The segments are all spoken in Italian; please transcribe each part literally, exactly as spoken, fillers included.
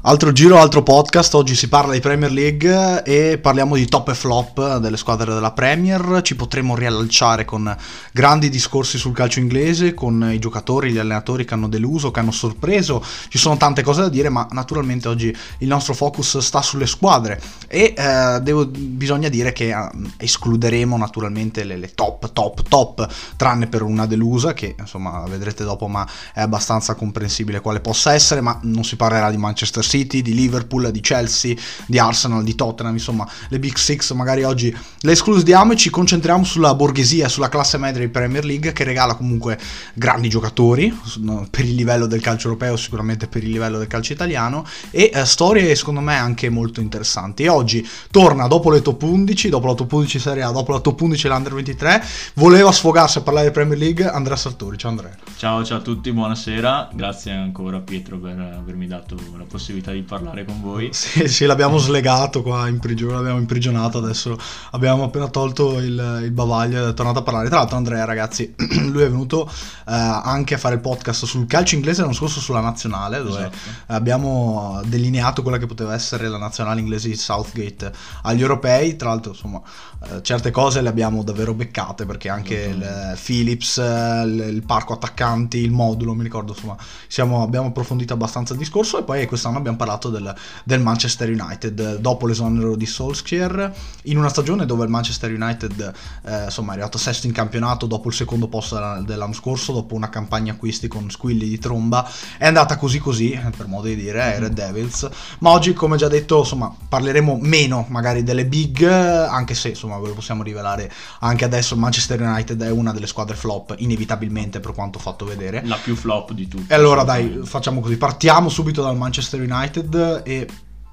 Altro giro, altro podcast. Oggi si parla di Premier League e parliamo di top e flop delle squadre della Premier. Ci potremo riallacciare con grandi discorsi sul calcio inglese, con i giocatori, gli allenatori che hanno deluso, che hanno sorpreso. Ci sono tante cose da dire, ma naturalmente oggi il nostro focus sta sulle squadre e eh, devo, bisogna dire che eh, escluderemo naturalmente le, le top, top, top, tranne per una delusa che insomma vedrete dopo, ma è abbastanza comprensibile quale possa essere. Ma non si parlerà di Manchester City, di Liverpool, di Chelsea, di Arsenal, di Tottenham, insomma le Big Six magari oggi le escludiamo e ci concentriamo sulla borghesia, sulla classe media di Premier League, che regala comunque grandi giocatori per il livello del calcio europeo, sicuramente per il livello del calcio italiano, e eh, storie secondo me anche molto interessanti. E oggi torna dopo le top undici, dopo la top undici Serie A, dopo la top undici l'Under ventitré, voleva sfogarsi a parlare di Premier League Andrea Sartori. Ciao Andrea. Ciao, ciao a tutti, buonasera, grazie ancora Pietro per avermi dato la possibilità di parlare con voi. Sì, sì, l'abbiamo slegato qua in prigione, l'abbiamo imprigionato, adesso abbiamo appena tolto il, il bavaglio ed è tornato a parlare. Tra l'altro Andrea, ragazzi, lui è venuto eh, anche a fare il podcast sul calcio inglese l'anno scorso sulla nazionale, dove esatto. abbiamo delineato quella che poteva essere la nazionale inglese di Southgate agli europei. Tra l'altro insomma eh, certe cose le abbiamo davvero beccate, perché anche il Phillips, il, il parco attaccanti, il modulo, mi ricordo, insomma siamo, abbiamo approfondito abbastanza il discorso. E poi quest'anno abbiamo parlato del, del Manchester United dopo l'esonero di Solskjaer, in una stagione dove il Manchester United eh, insomma è arrivato sesto in campionato dopo il secondo posto dell'anno scorso, dopo una campagna acquisti con squilli di tromba. È andata così così, per modo di dire, ai Red Devils. Ma oggi, come già detto, insomma parleremo meno magari delle big, anche se insomma ve lo possiamo rivelare anche adesso, il Manchester United è una delle squadre flop inevitabilmente, per quanto fatto vedere, la più flop di tutte. E allora dai, facciamo così, partiamo subito dal Manchester United. E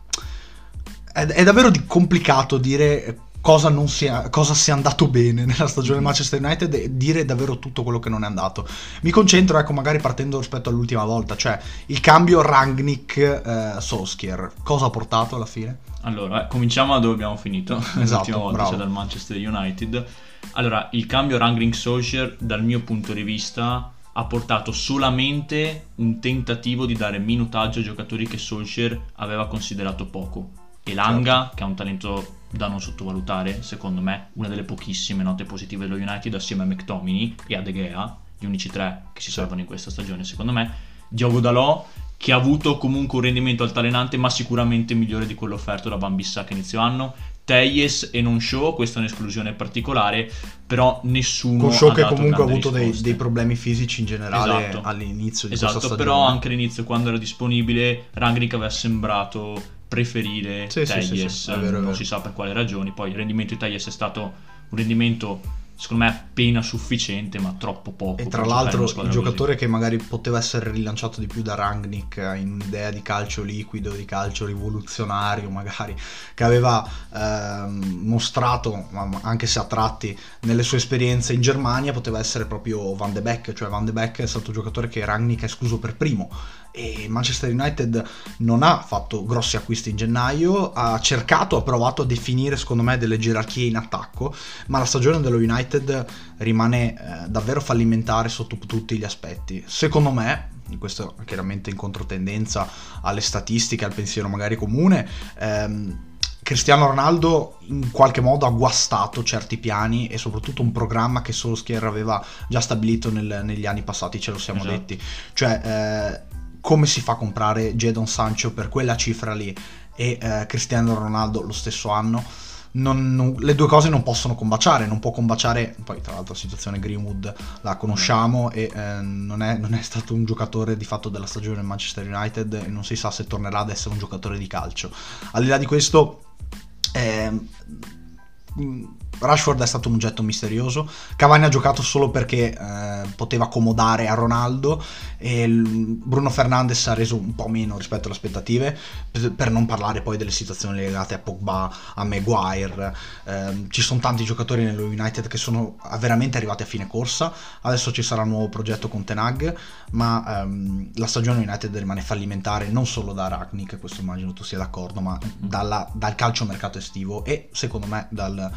è, è davvero di complicato dire cosa non sia, cosa sia andato bene nella stagione del Manchester United e dire davvero tutto quello che non è andato. Mi concentro, ecco, magari partendo rispetto all'ultima volta, cioè il cambio Rangnick-Solskjaer, cosa ha portato alla fine? Allora, eh, cominciamo da dove abbiamo finito. Esatto, l'ultima volta, bravo. cioè dal Manchester United. Allora, il cambio Rangnick-Solskjaer dal mio punto di vista ha portato solamente un tentativo di dare minutaggio ai giocatori che Solskjaer aveva considerato poco. Elanga, certo, che ha un talento da non sottovalutare, secondo me, una delle pochissime note positive dello United, assieme a McTominay e a De Gea, gli unici tre che si salvano in questa stagione, secondo me. Diogo Dalot, che ha avuto comunque un rendimento altalenante, ma sicuramente migliore di quello offerto da Van Bissaka inizio anno. Telles e non Shaw, questa è un'esclusione particolare, però nessuno con Shaw ha che dato comunque ha avuto dei, dei problemi fisici in generale, esatto, all'inizio di esatto, questa stagione. Però anche all'inizio, quando era disponibile, Rangnick aveva sembrato preferire sì, Telles, sì, sì, sì, è vero, è non vero. si sa per quali ragioni. Poi il rendimento di Telles è stato un rendimento secondo me appena sufficiente, ma troppo poco. E tra l'altro il giocatore così, che magari poteva essere rilanciato di più da Rangnick in un'idea di calcio liquido, di calcio rivoluzionario magari, che aveva ehm, mostrato, anche se a tratti, nelle sue esperienze in Germania, poteva essere proprio Van de Beek. Cioè Van de Beek è stato un giocatore che Rangnick ha escluso per primo, e Manchester United non ha fatto grossi acquisti in gennaio, ha cercato, ha provato a definire secondo me delle gerarchie in attacco, ma la stagione dello United rimane eh, davvero fallimentare sotto tutti gli aspetti. Secondo me, questo chiaramente in controtendenza alle statistiche, al pensiero magari comune, ehm, Cristiano Ronaldo in qualche modo ha guastato certi piani e soprattutto un programma che Solskjaer aveva già stabilito nel, negli anni passati, ce lo siamo esatto. detti. Cioè eh, come si fa a comprare Jadon Sancho per quella cifra lì e eh, Cristiano Ronaldo lo stesso anno? Non, non, le due cose non possono combaciare, non può combaciare. Poi tra l'altro la situazione Greenwood la conosciamo, e eh, non, è, non è stato un giocatore di fatto della stagione del Manchester United, e non si sa se tornerà ad essere un giocatore di calcio. Al di là di questo, eh, Rashford è stato un oggetto misterioso. Cavani ha giocato solo perché eh, poteva accomodare a Ronaldo, e Bruno Fernandes ha reso un po' meno rispetto alle aspettative, per non parlare poi delle situazioni legate a Pogba, a Maguire. Eh, ci sono tanti giocatori nello United che sono veramente arrivati a fine corsa. Adesso ci sarà un nuovo progetto con Ten Hag, ma ehm, la stagione United rimane fallimentare non solo da Rangnick, questo immagino tu sia d'accordo, ma dalla, dal calciomercato estivo e secondo me dal, da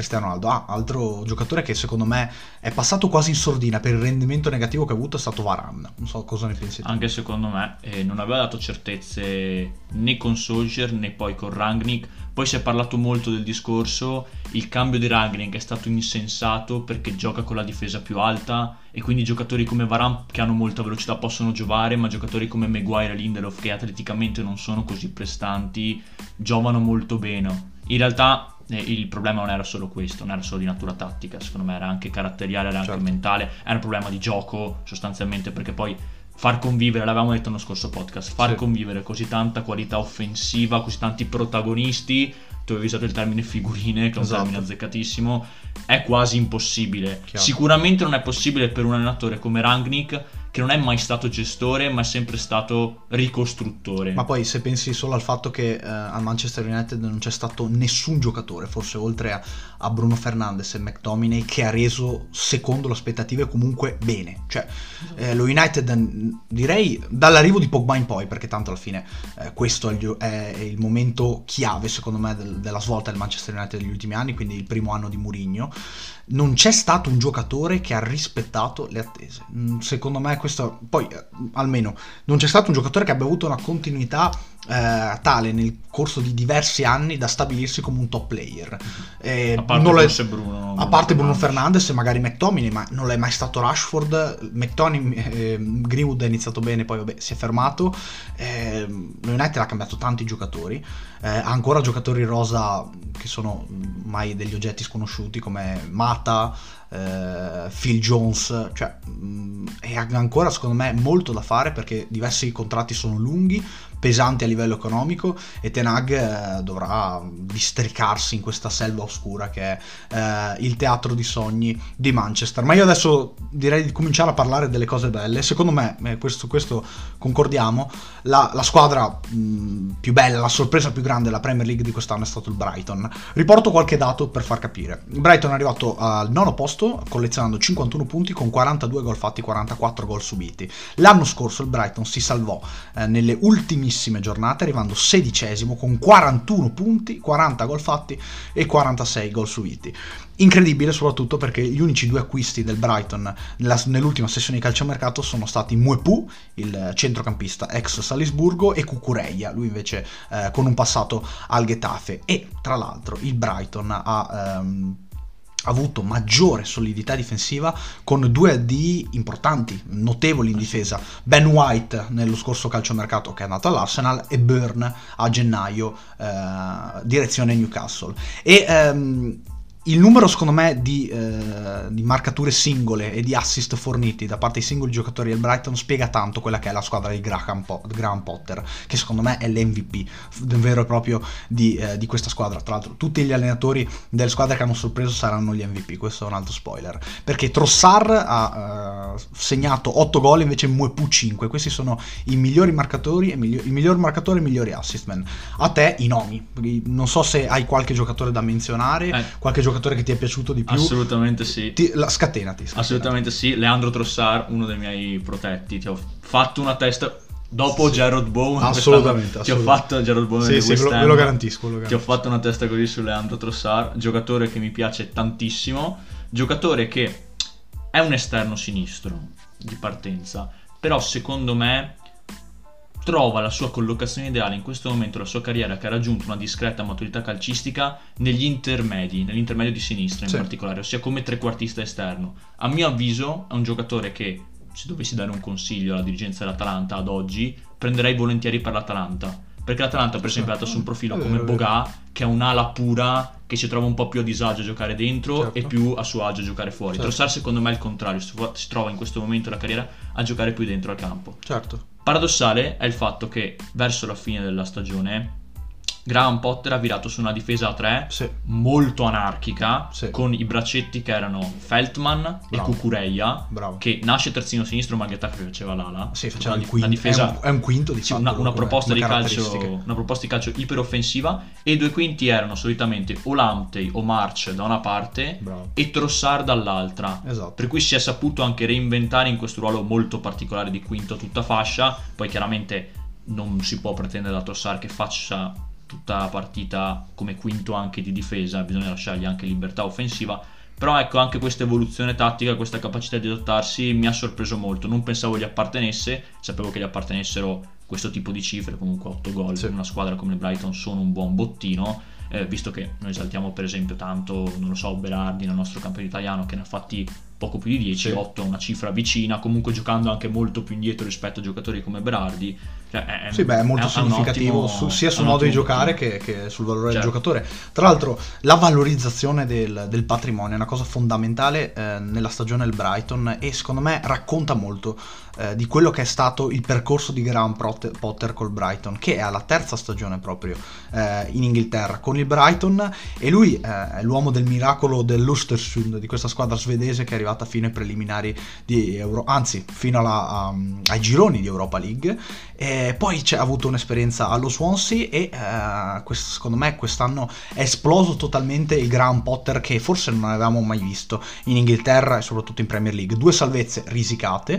Cristiano Ronaldo. Ah, altro giocatore che secondo me è passato quasi in sordina per il rendimento negativo che ha avuto è stato Varane. Non so cosa ne pensi tu. Anche secondo me eh, non aveva dato certezze né con Solskjaer né poi con Rangnick. Poi si è parlato molto del discorso, il cambio di Rangnick è stato insensato perché gioca con la difesa più alta e quindi giocatori come Varane che hanno molta velocità possono giocare, ma giocatori come Maguire e Lindelof che atleticamente non sono così prestanti giovano molto bene. In realtà eh, il problema non era solo questo, non era solo di natura tattica, secondo me era anche caratteriale, era anche certo. mentale, era un problema di gioco sostanzialmente, perché poi far convivere, l'avevamo detto nello scorso podcast, far sì. convivere così tanta qualità offensiva, così tanti protagonisti, tu avevi usato il termine figurine, che è un esatto. termine azzeccatissimo, è quasi impossibile. Chiaro. Sicuramente non è possibile per un allenatore come Rangnick, che non è mai stato gestore, ma è sempre stato ricostruttore. Ma poi se pensi solo al fatto che eh, al Manchester United non c'è stato nessun giocatore, forse oltre a, a Bruno Fernandes e McTominay, che ha reso secondo le aspettative comunque bene. Cioè eh, lo United, direi dall'arrivo di Pogba in poi, perché tanto alla fine eh, questo è il, è il momento chiave secondo me del, della svolta del Manchester United degli ultimi anni, quindi il primo anno di Mourinho. Non c'è stato un giocatore che ha rispettato le attese. Secondo me questo, poi eh, almeno non c'è stato un giocatore che abbia avuto una continuità eh, tale nel corso di diversi anni da stabilirsi come un top player. Eh, a parte non forse Bruno, a parte Bruno Fernandes. Fernandes e magari McTominay, ma non l'è mai stato Rashford. McTominay, eh, Greenwood è iniziato bene, poi vabbè si è fermato. Eh, lo United ha cambiato tanti giocatori, eh, ha ancora giocatori rosa che sono mai degli oggetti sconosciuti come Mata, eh, Phil Jones, cioè mh, e ha ancora secondo me molto da fare, perché diversi contratti sono lunghi, pesanti a livello economico, e Ten Hag eh, dovrà districarsi in questa selva oscura che è eh, il teatro di sogni di Manchester. Ma io adesso direi di cominciare a parlare delle cose belle. Secondo me, eh, questo, questo concordiamo, la, la squadra mh, più bella, la sorpresa più grande della Premier League di quest'anno è stato il Brighton. Riporto qualche dato per far capire. Il Brighton è arrivato al nono posto collezionando cinquantuno punti con quarantadue gol fatti, quarantaquattro gol subiti. L'anno scorso il Brighton si salvò eh, nelle ultimissime giornate arrivando sedicesimo con quarantuno punti, quaranta gol fatti e quarantasei gol subiti. Incredibile soprattutto perché gli unici due acquisti del Brighton nella, nell'ultima sessione di calciomercato sono stati Mwepu, il centrocampista ex Salisburgo, e Cucurella, lui invece eh, con un passato al Getafe. E tra l'altro il Brighton ha ehm, avuto maggiore solidità difensiva con due A D importanti, notevoli in difesa, Ben White nello scorso calciomercato che è andato all'Arsenal e Burn a gennaio eh, direzione Newcastle. E ehm, il numero secondo me di, eh, di marcature singole e di assist forniti da parte dei singoli giocatori del Brighton spiega tanto quella che è la squadra di Graham, po- Graham Potter, che secondo me è l'M V P vero e proprio di, eh, di questa squadra. Tra l'altro tutti gli allenatori delle squadre che hanno sorpreso saranno gli M V P, questo è un altro spoiler, perché Trossard ha eh, segnato otto gol, invece Mwepu cinque. Questi sono i migliori marcatori, e miglior, il miglior marcatore e i migliori assist man. A te i nomi, non so se hai qualche giocatore da menzionare, eh. qualche giocatore che ti è piaciuto di più. Assolutamente sì. Ti, la, scatenati, scatenati. Assolutamente sì. Leandro Trossard, uno dei miei protetti. Ti ho fatto una testa dopo sì. Jarrod Bowen. Assolutamente, assolutamente. Ti ho fatto Jarrod Bowen. Sì, sì, ve lo, ve lo garantisco, ve lo garantisco. Ti ho fatto una testa così su Leandro Trossard, giocatore che mi piace tantissimo, giocatore che è un esterno sinistro di partenza, però secondo me trova la sua collocazione ideale in questo momento, la sua carriera, che ha raggiunto una discreta maturità calcistica negli intermedi, nell'intermedio di sinistra in sì. particolare, ossia come trequartista esterno. A mio avviso è un giocatore che, se dovessi dare un consiglio alla dirigenza dell'Atalanta ad oggi, prenderei volentieri per l'Atalanta, perché l'Atalanta per esempio ha dato su un profilo come Boga, che è un'ala pura, che si trova un po' più a disagio a giocare dentro certo. e più a suo agio a giocare fuori. Certo. Trossard secondo me è il contrario, si trova in questo momento della carriera a giocare più dentro al campo. Certo. Paradossale è il fatto che verso la fine della stagione Graham Potter ha virato su una difesa a tre sì. molto anarchica, sì. con i braccetti che erano Veltman Bravo. e Cucurella, Bravo. che nasce terzino sinistro ma Getafe faceva l'ala. Sì, faceva il quinto. Difesa, è, un, è un quinto di sì, fatto, una, una proposta di calcio, una proposta di calcio iperoffensiva, e i due quinti erano solitamente o Lamptey o March da una parte Bravo. e Trossard dall'altra. Esatto. Per cui si è saputo anche reinventare in questo ruolo molto particolare di quinto a tutta fascia. Poi chiaramente non si può pretendere da Trossard che faccia tutta la partita come quinto anche di difesa, bisogna lasciargli anche libertà offensiva. Però ecco, anche questa evoluzione tattica, questa capacità di adattarsi mi ha sorpreso molto. Non pensavo gli appartenesse, sapevo che gli appartenessero questo tipo di cifre, comunque otto gol sì. per una squadra come il Brighton sono un buon bottino, eh, visto che noi esaltiamo per esempio tanto, non lo so, Berardi nel nostro campione italiano che ne ha fatti poco più di dieci, sì. otto è una cifra vicina, comunque giocando anche molto più indietro rispetto a giocatori come Berardi. Cioè, è, sì, beh, è molto è significativo ottimo, su, sia sul modo di giocare che, che sul valore certo. del giocatore. Tra l'altro la valorizzazione del, del patrimonio è una cosa fondamentale eh, nella stagione del Brighton, e secondo me racconta molto eh, di quello che è stato il percorso di Graham Potter col Brighton, che è alla terza stagione proprio eh, in Inghilterra con il Brighton, e lui eh, è l'uomo del miracolo dell'Östersund, di questa squadra svedese che è arrivata fino ai preliminari di Euro, anzi fino alla, um, ai gironi di Europa League. E poi c'è avuto un'esperienza allo Swansea e eh, questo, secondo me quest'anno è esploso totalmente il Graham Potter che forse non avevamo mai visto in Inghilterra e soprattutto in Premier League. Due salvezze risicate,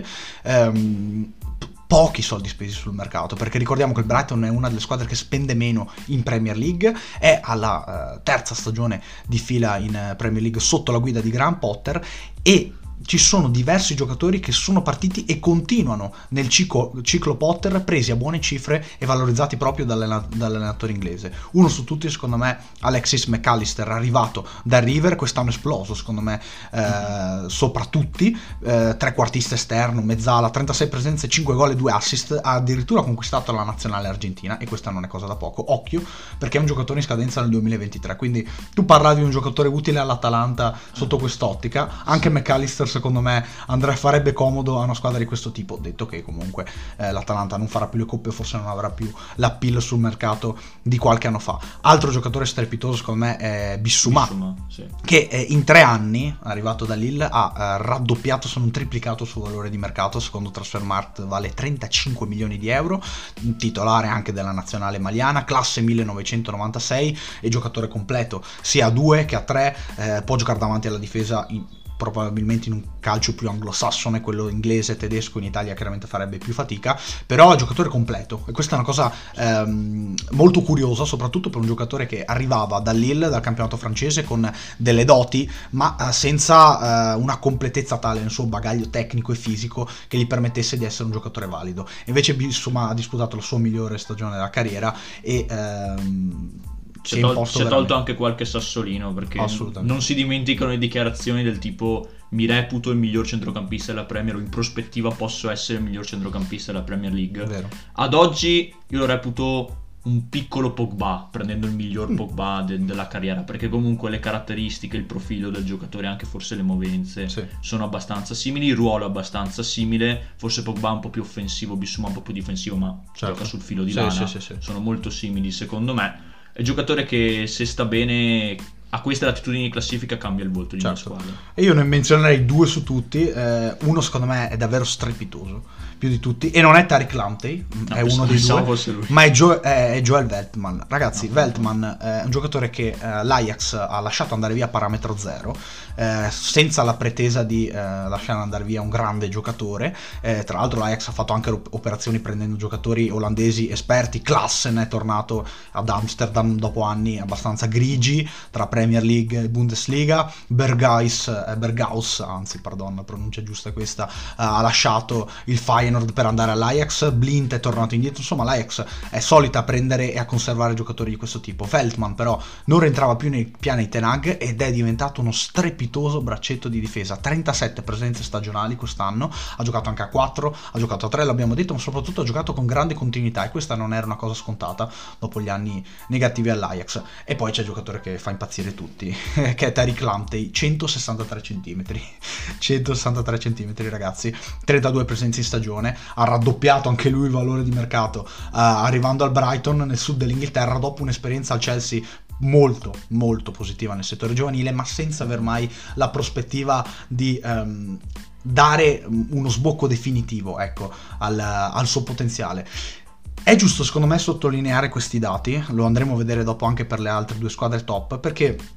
ehm, pochi soldi spesi sul mercato, perché ricordiamo che il Brighton è una delle squadre che spende meno in Premier League, è alla uh, terza stagione di fila in uh, Premier League sotto la guida di Graham Potter, e ci sono diversi giocatori che sono partiti e continuano nel ciclo, ciclo Potter, presi a buone cifre e valorizzati proprio dall'allenatore inglese. Uno su tutti secondo me Alexis McAllister, arrivato da River, quest'anno esploso secondo me eh, sopra tutti, eh, trequartista esterno, mezzala, trentasei presenze, cinque gol e due assist, ha addirittura conquistato la nazionale argentina, e questa non è cosa da poco, occhio, perché è un giocatore in scadenza nel duemilaventitré, quindi tu parlavi di un giocatore utile all'Atalanta sotto quest'ottica, anche McAllister secondo me andrà, farebbe comodo a una squadra di questo tipo, detto che comunque eh, l'Atalanta non farà più le coppe, forse non avrà più l'appeal sul mercato di qualche anno fa. Altro giocatore strepitoso secondo me è Bissouma, Bissouma sì. che eh, in tre anni, arrivato da Lille, ha eh, raddoppiato, se non triplicato il suo valore di mercato. Secondo Transfermarkt vale trentacinque milioni di euro, titolare anche della nazionale maliana, classe millenovecentonovantasei, e giocatore completo sia a due che a tre, eh, può giocare davanti alla difesa in probabilmente in un calcio più anglosassone, quello inglese, tedesco in Italia chiaramente farebbe più fatica, però è un giocatore completo, e questa è una cosa ehm, molto curiosa, soprattutto per un giocatore che arrivava da Lille, dal campionato francese, con delle doti, ma eh, senza eh, una completezza tale nel suo bagaglio tecnico e fisico che gli permettesse di essere un giocatore valido. Invece Bissouma ha disputato la sua migliore stagione della carriera e ehm, si è, tol- si è tolto anche qualche sassolino, perché non si dimenticano le dichiarazioni del tipo: mi reputo il miglior centrocampista della Premier, o in prospettiva posso essere il miglior centrocampista della Premier League. Vero. Ad oggi io lo reputo un piccolo Pogba, prendendo il miglior Pogba de- della carriera, perché comunque le caratteristiche, il profilo del giocatore, anche forse le movenze sì. sono abbastanza simili, il ruolo è abbastanza simile, forse Pogba un po' più offensivo, Bissouma un po' più difensivo, ma certo. gioca sul filo di sì, lana, sì, sì, sì. sono molto simili secondo me. È un giocatore che, se sta bene a queste latitudini di classifica, cambia il volto di certo. una squadra. E io ne menzionerei due su tutti. eh, uno secondo me è davvero strepitoso, più di tutti, e non è Tariq Lamptey, no, è uno dei due, ma è, Gio- è Joel Veltman. Ragazzi, no, Veltman no. è un giocatore che eh, l'Ajax ha lasciato andare via a parametro zero, eh, senza la pretesa di eh, lasciare andare via un grande giocatore. Eh, tra l'altro l'Ajax ha fatto anche operazioni prendendo giocatori olandesi esperti. Klassen è tornato ad Amsterdam dopo anni abbastanza grigi tra Premier League e Bundesliga. Berghuis, eh, Berghuis anzi pardon, pronuncia giusta questa, eh, ha lasciato il Feyenoord per andare all'Ajax. Blind è tornato indietro. Insomma, l'Ajax è solita prendere e a conservare giocatori di questo tipo. Veltman però non rientrava più nei piani di Ten Hag ed è diventato uno strepitoso braccetto di difesa. trentasette presenze stagionali quest'anno, ha giocato anche a quattro, ha giocato a tre, l'abbiamo detto, ma soprattutto ha giocato con grande continuità, e questa non era una cosa scontata dopo gli anni negativi all'Ajax. E poi c'è il giocatore che fa impazzire tutti che è Tariq Lamptey, centosessantatré centimetri centosessantatré centimetri ragazzi, trentadue presenze in stagione, ha raddoppiato anche lui il valore di mercato, uh, arrivando al Brighton nel sud dell'Inghilterra dopo un'esperienza al Chelsea molto molto positiva nel settore giovanile, ma senza aver mai la prospettiva di um, dare uno sbocco definitivo, ecco, al, al suo potenziale. È giusto secondo me sottolineare questi dati, lo andremo a vedere dopo anche per le altre due squadre top, perché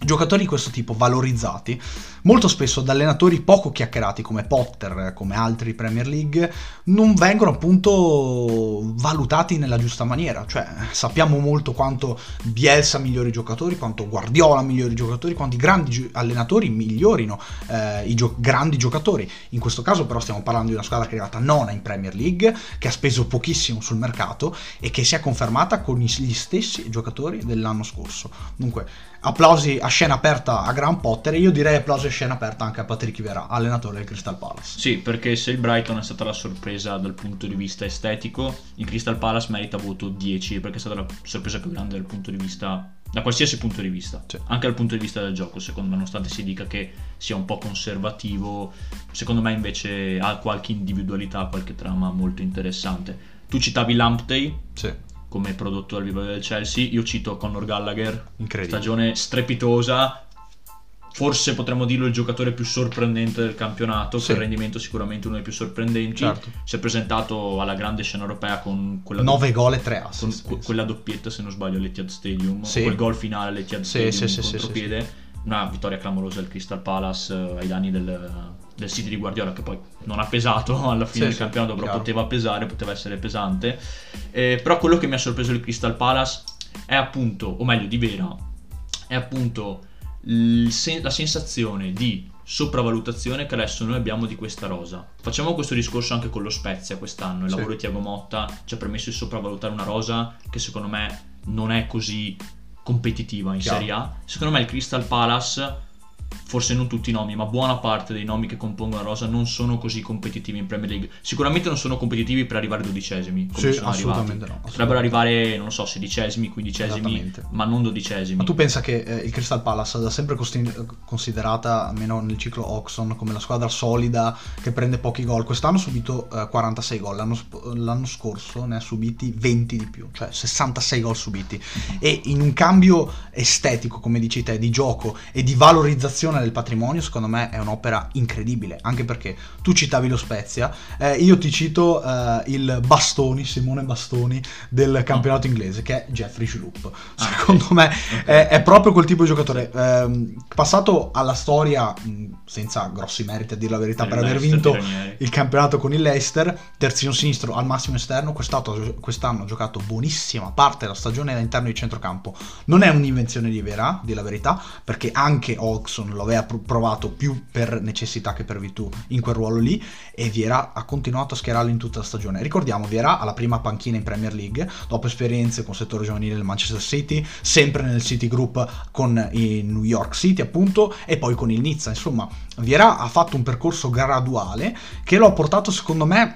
giocatori di questo tipo valorizzati molto spesso da allenatori poco chiacchierati come Potter, come altri Premier League, non vengono appunto valutati nella giusta maniera. Cioè sappiamo molto quanto Bielsa migliori i giocatori, quanto Guardiola migliori i giocatori, quanto i grandi gi- allenatori migliorino eh, i gio- grandi giocatori. In questo caso però stiamo parlando di una squadra che è arrivata nona in Premier League, che ha speso pochissimo sul mercato e che si è confermata con gli stessi giocatori dell'anno scorso. Dunque applausi a scena aperta a Graham Potter, e io direi applausi a scena aperta anche a Patrick Vieira, allenatore del Crystal Palace. Sì, perché se il Brighton è stata la sorpresa dal punto di vista estetico, il Crystal Palace merita voto dieci, perché è stata la sorpresa più grande dal punto di vista, da qualsiasi punto di vista, sì. Anche dal punto di vista del gioco, secondo me, nonostante si dica che sia un po' conservativo, secondo me invece ha qualche individualità, qualche trama molto interessante. Tu citavi Lamptey, sì, come prodotto dal vivo del Chelsea, io cito Conor Gallagher, incredibile, stagione strepitosa, forse potremmo dirlo il giocatore più sorprendente del campionato, sì. Per rendimento sicuramente uno dei più sorprendenti, certo. Si è presentato alla grande scena europea con quella nove do- gol e tre assist, con quella doppietta, se non sbaglio, all'Etihad Stadium, sì. Quel gol finale all'Etihad sì, Stadium sì, in sì, contropiede, sì, sì. Una vittoria clamorosa del Crystal Palace eh, ai danni del, del City di Guardiola, che poi non ha pesato alla fine sì, del sì, campionato, però chiaro. Poteva pesare, poteva essere pesante, eh, però quello che mi ha sorpreso il Crystal Palace è appunto, o meglio di Vieira, è appunto il sen- la sensazione di sopravvalutazione che adesso noi abbiamo di questa rosa. Facciamo questo discorso anche con lo Spezia quest'anno, il sì. lavoro di Thiago Motta ci ha permesso di sopravvalutare una rosa che secondo me non è così competitiva in Chiaro. Serie A. Secondo me il Crystal Palace, forse non tutti i nomi, ma buona parte dei nomi che compongono la rosa non sono così competitivi in Premier League. Sicuramente non sono competitivi per arrivare dodicesimi, come sì, sono assolutamente arrivati. No, Potrebbero arrivare, non lo so, sedicesimi, quindicesimi, ma non dodicesimi. Ma tu pensa che eh, il Crystal Palace è da sempre costi- considerata, almeno nel ciclo Oxon, come la squadra solida che prende pochi gol. Quest'anno ha subito eh, quarantasei gol, l'anno, sp- l'anno scorso ne ha subiti venti di più, cioè sessantasei gol subiti. Mm-hmm. E in un cambio estetico, come dici te, di gioco e di valorizzazione del patrimonio, secondo me è un'opera incredibile, anche perché tu citavi lo Spezia, eh, io ti cito eh, il Bastoni, Simone Bastoni del campionato inglese, che è Jeffrey Schlupp. Secondo ah, me okay. è, è proprio quel tipo di giocatore, eh, passato alla storia mh, senza grossi meriti a dire la verità, per, per aver vinto il campionato con il Leicester, terzino sinistro al massimo esterno. Quest'anno, quest'anno ha giocato buonissima parte della stagione all'interno di centrocampo. Non è un'invenzione di Vieira, di la verità, perché anche Oxon lo aveva provato più per necessità che per virtù in quel ruolo lì, e Vieira ha continuato a schierarlo in tutta la stagione. Ricordiamo Vieira alla prima panchina in Premier League dopo esperienze con settore giovanile del Manchester City, sempre nel City Group con il New York City appunto, e poi con il Nizza. Insomma, Vieira ha fatto un percorso graduale che lo ha portato, secondo me,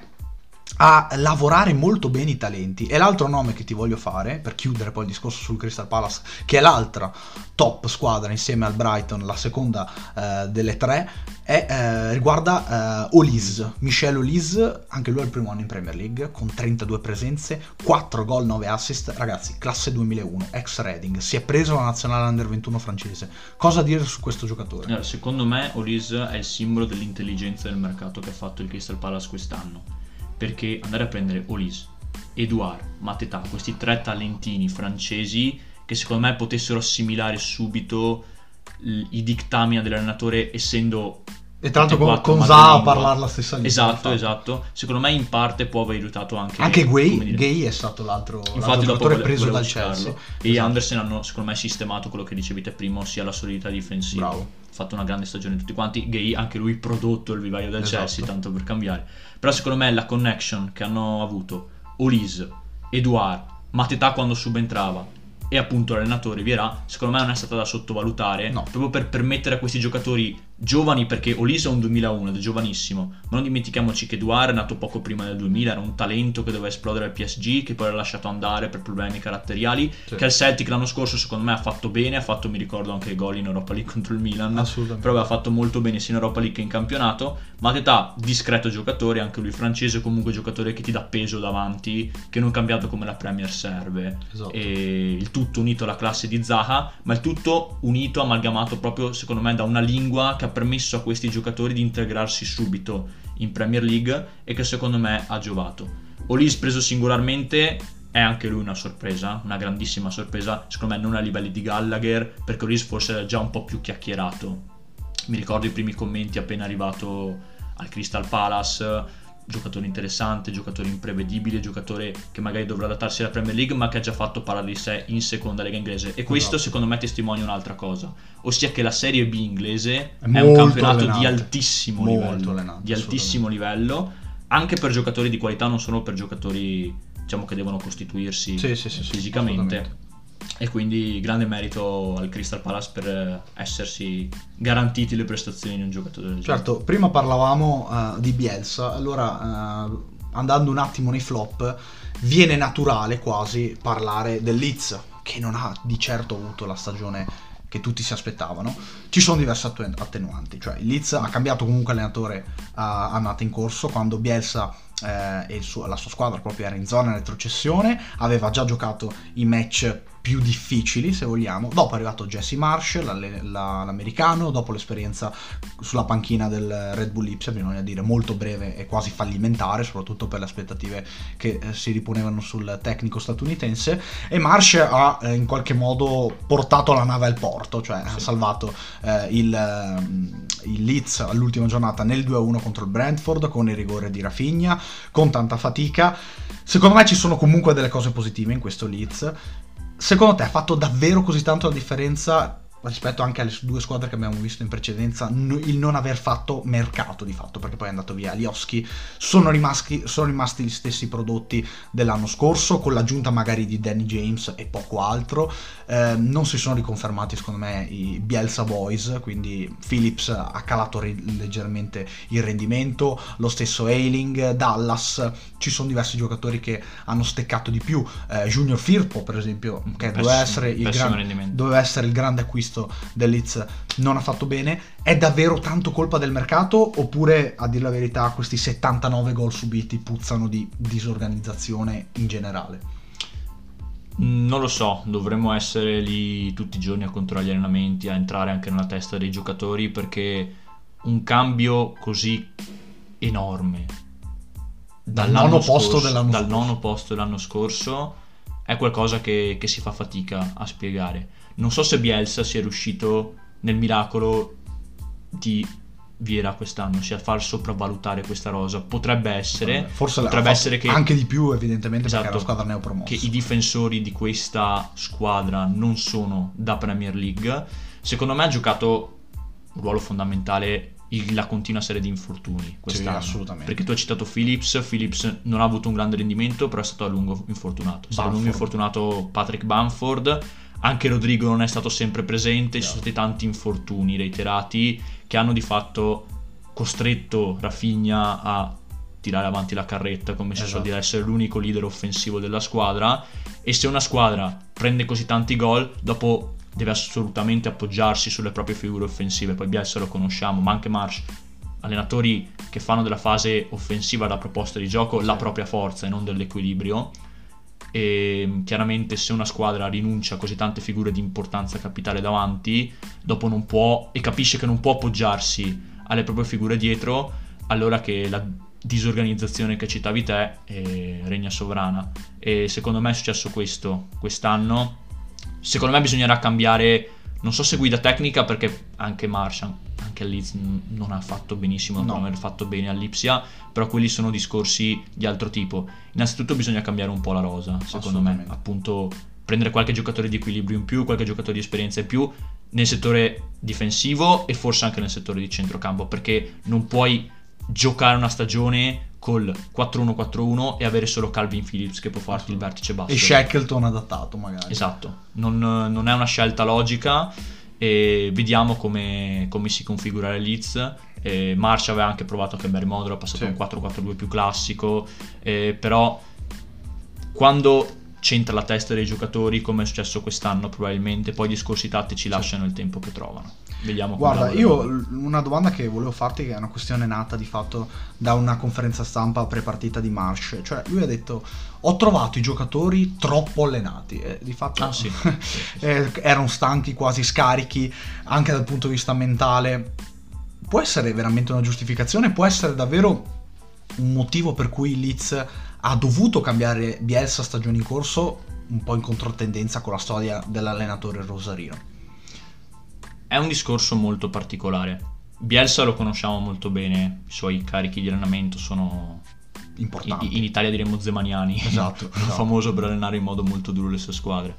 a lavorare molto bene i talenti. E l'altro nome che ti voglio fare, per chiudere poi il discorso sul Crystal Palace, che è l'altra top squadra insieme al Brighton, la seconda eh, delle tre, è, eh, riguarda eh, Olise, Michel Olise. Anche lui è il primo anno in Premier League, con trentadue presenze, quattro gol, nove assist. Ragazzi, classe duemilauno, ex Reading, si è preso la nazionale under ventuno francese. Cosa dire su questo giocatore? Allora, secondo me Olise è il simbolo dell'intelligenza del mercato che ha fatto il Crystal Palace quest'anno, perché andare a prendere Olise, Edouard, Mateta, questi tre talentini francesi che secondo me potessero assimilare subito i dittami dell'allenatore, essendo e tra l'altro con, con Zaha a parlare la stessa lingua. Esatto, esatto. Secondo me in parte può aver aiutato anche anche Gueye. Gueye è stato l'altro, infatti l'altro giocatore vole, preso dal Chelsea, e esatto. Andersen hanno secondo me sistemato quello che dicevi te prima, ossia la solidità difensiva. Bravo. Fatto una grande stagione tutti quanti. Gueye anche lui prodotto il vivaio del esatto. Chelsea, tanto per cambiare. Però secondo me la connection che hanno avuto Olise, Edouard, Mateta quando subentrava e appunto l'allenatore Vieira, secondo me non è stata da sottovalutare, no. Proprio per permettere a questi giocatori giovani, perché Olise è un duemilauno ed è giovanissimo, ma non dimentichiamoci che Edouard è nato poco prima del duemila, era un talento che doveva esplodere al P S G, che poi era lasciato andare per problemi caratteriali, sì. Che al Celtic l'anno scorso secondo me ha fatto bene, ha fatto, mi ricordo, anche gol in Europa League contro il Milan, però aveva fatto molto bene sia in Europa League che in campionato. Mateta, discreto giocatore, anche lui francese, comunque giocatore che ti dà peso davanti, che non cambiato come la Premier serve, esatto. E il tutto unito alla classe di Zaha, ma il tutto unito, amalgamato proprio secondo me da una lingua che ha permesso a questi giocatori di integrarsi subito in Premier League e che secondo me ha giovato. Olise preso singolarmente è anche lui una sorpresa, una grandissima sorpresa, secondo me non a livelli di Gallagher, perché Reese forse era già un po' più chiacchierato. Mi ricordo i primi commenti appena arrivato al Crystal Palace, giocatore interessante, giocatore imprevedibile, giocatore che magari dovrà adattarsi alla Premier League ma che ha già fatto parlare di sé in seconda lega inglese, e questo esatto. secondo me testimonia un'altra cosa, ossia che la Serie B inglese è, è un campionato allenante. di altissimo Molto livello allenante, di altissimo livello, anche per giocatori di qualità, non solo per giocatori, diciamo, che devono costituirsi sì, sì, sì, fisicamente. E quindi grande merito al Crystal Palace per essersi garantiti le prestazioni di un giocatore del certo genere. Prima parlavamo uh, di Bielsa, allora uh, andando un attimo nei flop, viene naturale quasi parlare del Leeds, che non ha di certo avuto la stagione che tutti si aspettavano. Ci sono diverse attenuanti, cioè il Leeds ha cambiato comunque allenatore a annata in corso, quando Bielsa eh, e il suo, la sua squadra proprio era in zona retrocessione, aveva già giocato i match più difficili, se vogliamo. Dopo è arrivato Jesse Marsh, la, la, l'americano, dopo l'esperienza sulla panchina del Red Bull Lipsia, bisogna dire molto breve e quasi fallimentare, soprattutto per le aspettative che eh, si riponevano sul tecnico statunitense, e Marsh ha eh, in qualche modo portato la nave al porto, cioè sì. ha salvato eh, il, eh, il Leeds all'ultima giornata nel due a uno contro il Brentford, con il rigore di Rafinha, con tanta fatica. Secondo me ci sono comunque delle cose positive in questo Leeds. Secondo te ha fatto davvero così tanto la differenza rispetto anche alle due squadre che abbiamo visto in precedenza, il non aver fatto mercato di fatto, perché poi è andato via Alioski, sono rimasti, sono rimasti gli stessi prodotti dell'anno scorso, con l'aggiunta magari di Danny James e poco altro, eh, non si sono riconfermati secondo me i Bielsa Boys, quindi Phillips ha calato re- leggermente il rendimento, lo stesso Ayling, Dallas, ci sono diversi giocatori che hanno steccato di più, eh, Junior Firpo per esempio, che pessimo, doveva essere il gran, doveva essere il grande acquisto del Leeds, non ha fatto bene. È davvero tanto colpa del mercato, oppure a dire la verità questi settantanove gol subiti puzzano di disorganizzazione in generale? Non lo so, dovremmo essere lì tutti i giorni a controllare gli allenamenti, a entrare anche nella testa dei giocatori, perché un cambio così enorme dal nono scorso, posto dell'anno dal scorso. nono posto dell'anno scorso è qualcosa che, che si fa fatica a spiegare. Non so se Bielsa sia riuscito nel miracolo di Vieira quest'anno, sia a far sopravvalutare questa rosa. Potrebbe essere, forse potrebbe essere che anche di più evidentemente, esatto, perché è una squadra neopromossa, che i difensori di questa squadra non sono da Premier League. Secondo me ha giocato un ruolo fondamentale il, la continua serie di infortuni quest'anno, sì, assolutamente, perché tu hai citato Phillips Phillips non ha avuto un grande rendimento, però è stato a lungo infortunato. È stato a lungo infortunato Patrick Bamford. Anche Rodrigo non è stato sempre presente, ci sono stati tanti infortuni reiterati che hanno di fatto costretto Rafinha a tirare avanti la carretta, come si suol dire, essere l'unico leader offensivo della squadra. E se una squadra prende così tanti gol, dopo deve assolutamente appoggiarsi sulle proprie figure offensive. Poi Bielsa lo conosciamo, ma anche Marsh, allenatori che fanno della fase offensiva la proposta di gioco la propria forza e non dell'equilibrio. E chiaramente se una squadra rinuncia a così tante figure di importanza capitale davanti, dopo non può, e capisce che non può appoggiarsi alle proprie figure dietro, allora che la disorganizzazione che citavi te eh, regna sovrana. E secondo me è successo questo quest'anno. Secondo me bisognerà cambiare, non so se guida tecnica, perché anche Marshall, anche il Leeds non ha fatto benissimo, non no. aver fatto bene all'Ipsia, però quelli sono discorsi di altro tipo. Innanzitutto bisogna cambiare un po' la rosa, secondo me, appunto prendere qualche giocatore di equilibrio in più, qualche giocatore di esperienza in più nel settore difensivo e forse anche nel settore di centrocampo, perché non puoi giocare una stagione col quattro uno quattro uno e avere solo Calvin Phillips che può farti il vertice basso e Shackleton adattato magari. Esatto, non, non è una scelta logica, e vediamo come, come si configura il Leeds. eh, Marsh aveva anche provato a cambiare modulo, ha passato sì. un quattro quattro due più classico, eh, però quando c'entra la testa dei giocatori, come è successo quest'anno probabilmente, poi i discorsi tattici sì. lasciano il tempo che trovano. Vediamo. Guarda, io una domanda che volevo farti, che è una questione nata di fatto da una conferenza stampa pre-partita di Marsh, cioè lui ha detto: ho trovato i giocatori troppo allenati, e di fatto ah, sì. sì, sì, sì. erano stanchi, quasi scarichi anche dal punto di vista mentale. Può essere veramente una giustificazione? Può essere davvero un motivo per cui Leeds ha dovuto cambiare Bielsa stagione in corso, un po' in controtendenza con la storia dell'allenatore rosarino. È un discorso molto particolare. Bielsa lo conosciamo molto bene, i suoi carichi di allenamento sono importanti. In, in Italia diremmo zemaniani, esatto, esatto. famoso per allenare in modo molto duro le sue squadre.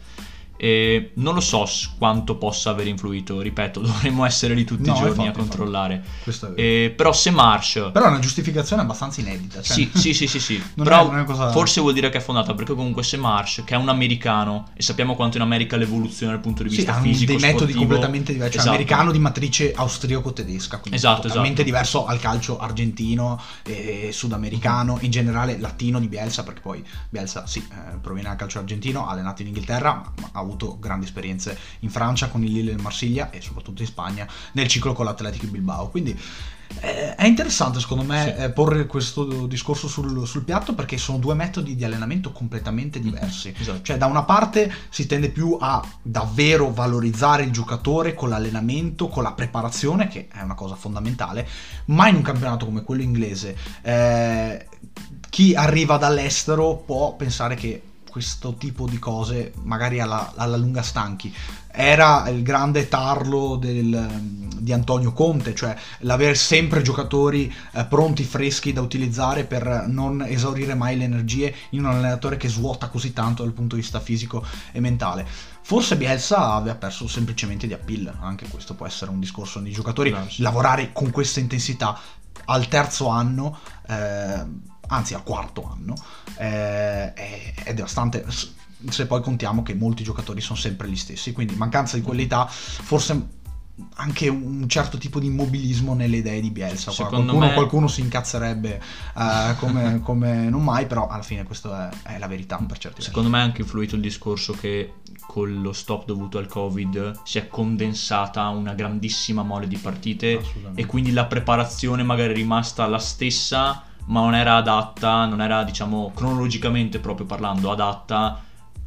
E non lo so quanto possa aver influito, ripeto, dovremmo essere lì tutti no, i giorni infatti, a controllare. E, però se Marsh... Però è una giustificazione abbastanza inedita. Cioè... Sì, sì, sì, sì, sì. non però è, non è cosa... forse vuol dire che è fondata, perché comunque se Marsh, che è un americano, e sappiamo quanto in America l'evoluzione dal punto di vista sì, fisico, dei metodi sportivo, completamente diversi, cioè esatto. americano di matrice austriaco-tedesca, quindi esatto, totalmente esatto. diverso al calcio argentino e sudamericano, in generale latino di Bielsa, perché poi Bielsa sì, eh, proviene dal calcio argentino, ha allenato in Inghilterra, ma, ma ha avuto grandi esperienze in Francia con il Lille e il Marsiglia e soprattutto in Spagna nel ciclo con l'Atletico Bilbao, quindi eh, è interessante secondo me sì. eh, porre questo discorso sul, sul piatto, perché sono due metodi di allenamento completamente diversi. Esatto. Cioè da una parte si tende più a davvero valorizzare il giocatore con l'allenamento, con la preparazione, che è una cosa fondamentale, ma in un campionato come quello inglese eh, chi arriva dall'estero può pensare che questo tipo di cose magari alla, alla lunga stanchi. Era il grande tarlo del, di Antonio Conte, cioè l'aver sempre giocatori eh, pronti, freschi da utilizzare per non esaurire mai le energie in un allenatore che svuota così tanto dal punto di vista fisico e mentale. Forse Bielsa aveva perso semplicemente di appeal, anche questo può essere un discorso di giocatori. No, sì. Lavorare con questa intensità al terzo anno eh, anzi al quarto anno eh, è, è devastante, se poi contiamo che molti giocatori sono sempre gli stessi, quindi mancanza di qualità, forse anche un certo tipo di immobilismo nelle idee di Bielsa. Qualcuno, me... qualcuno si incazzerebbe uh, come, come non mai, però alla fine questa è, è la verità per certi secondo versi. Me ha anche influito il discorso che con lo stop dovuto al Covid si è condensata una grandissima mole di partite e quindi la preparazione magari è rimasta la stessa, ma non era adatta, non era, diciamo, cronologicamente proprio parlando, adatta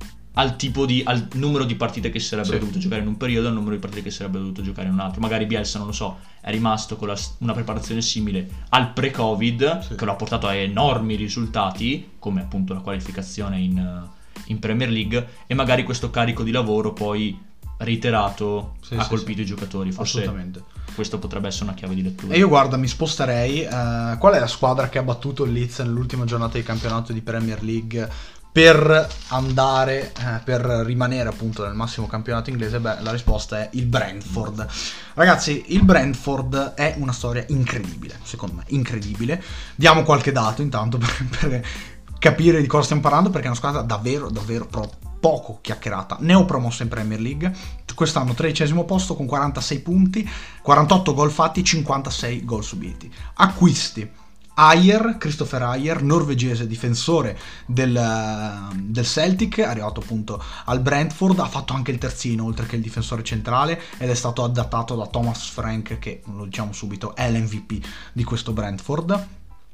al tipo di, al numero di partite che si sarebbero sì. dovuto giocare in un periodo e al numero di partite che si sarebbero dovuto giocare in un altro. Magari Bielsa, non lo so, è rimasto con la, una preparazione simile al pre-Covid, sì. che lo ha portato a enormi risultati, come appunto la qualificazione in, in Premier League, e magari questo carico di lavoro poi reiterato sì, ha sì, colpito sì. i giocatori. Forse assolutamente. Questo potrebbe essere una chiave di lettura. E io guarda, mi sposterei. Uh, qual è la squadra che ha battuto il Leeds nell'ultima giornata di campionato di Premier League per andare, eh, per rimanere appunto nel massimo campionato inglese? Beh, la risposta è il Brentford. Ragazzi, il Brentford è una storia incredibile, secondo me, incredibile. Diamo qualche dato intanto per, per capire di cosa stiamo parlando, perché è una squadra davvero, davvero proprio poco chiacchierata, neopromossa in Premier League, quest'anno tredicesimo posto con quarantasei punti, quarantotto gol fatti, cinquantasei gol subiti. Acquisti: Ajer, Christopher Ajer, norvegese, difensore del, del Celtic, è arrivato appunto al Brentford, ha fatto anche il terzino oltre che il difensore centrale ed è stato adattato da Thomas Frank, che lo diciamo subito è l'M V P di questo Brentford.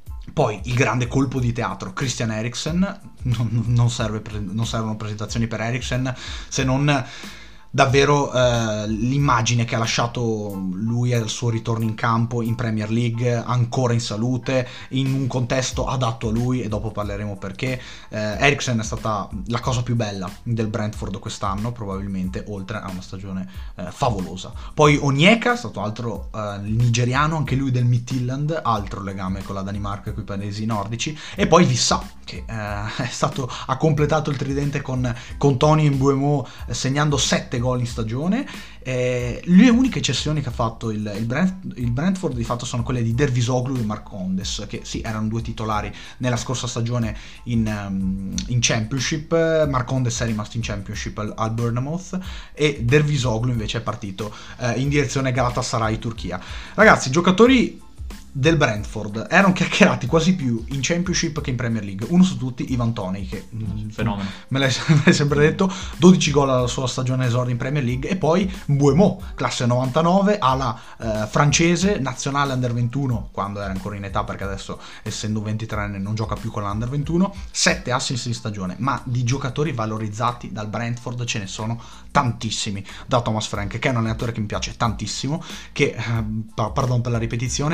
Poi il grande colpo di teatro, Christian Eriksen, non, non, serve, non servono presentazioni per Eriksen, se non davvero eh, l'immagine che ha lasciato lui al suo ritorno in campo in Premier League, ancora in salute, in un contesto adatto a lui, e dopo parleremo perché. eh, Eriksen è stata la cosa più bella del Brentford quest'anno probabilmente, oltre a una stagione eh, favolosa. Poi Onyeka è stato altro eh, nigeriano, anche lui del Midtjylland, altro legame con la Danimarca e con i paesi nordici. E poi Vissà, che eh, è stato, ha completato il tridente con, con Tony Mbeumo, eh, segnando sette gol in stagione. Eh, le uniche cessioni che ha fatto il, il, Brent, il Brentford di fatto sono quelle di Dervisoglu e Marcondes, che sì, erano due titolari nella scorsa stagione in, um, in Championship. Marcondes è rimasto in Championship al, al Bournemouth e Dervisoglu invece è partito eh, in direzione Galatasaray Turchia. Ragazzi, giocatori del Brentford erano chiacchierati quasi più in Championship che in Premier League. Uno su tutti, Ivan Toney, che fenomeno, me l'hai, me l'hai sempre detto, dodici gol alla sua stagione esordio in Premier League. E poi Mbeumo, classe novantanove, ala eh, francese, nazionale under ventuno quando era ancora in età, perché adesso essendo ventitreenne non gioca più con l'under ventuno, sette assist in stagione. Ma di giocatori valorizzati dal Brentford ce ne sono tantissimi. Da Thomas Frank, che è un allenatore che mi piace tantissimo, che eh, pardon per la ripetizione, passa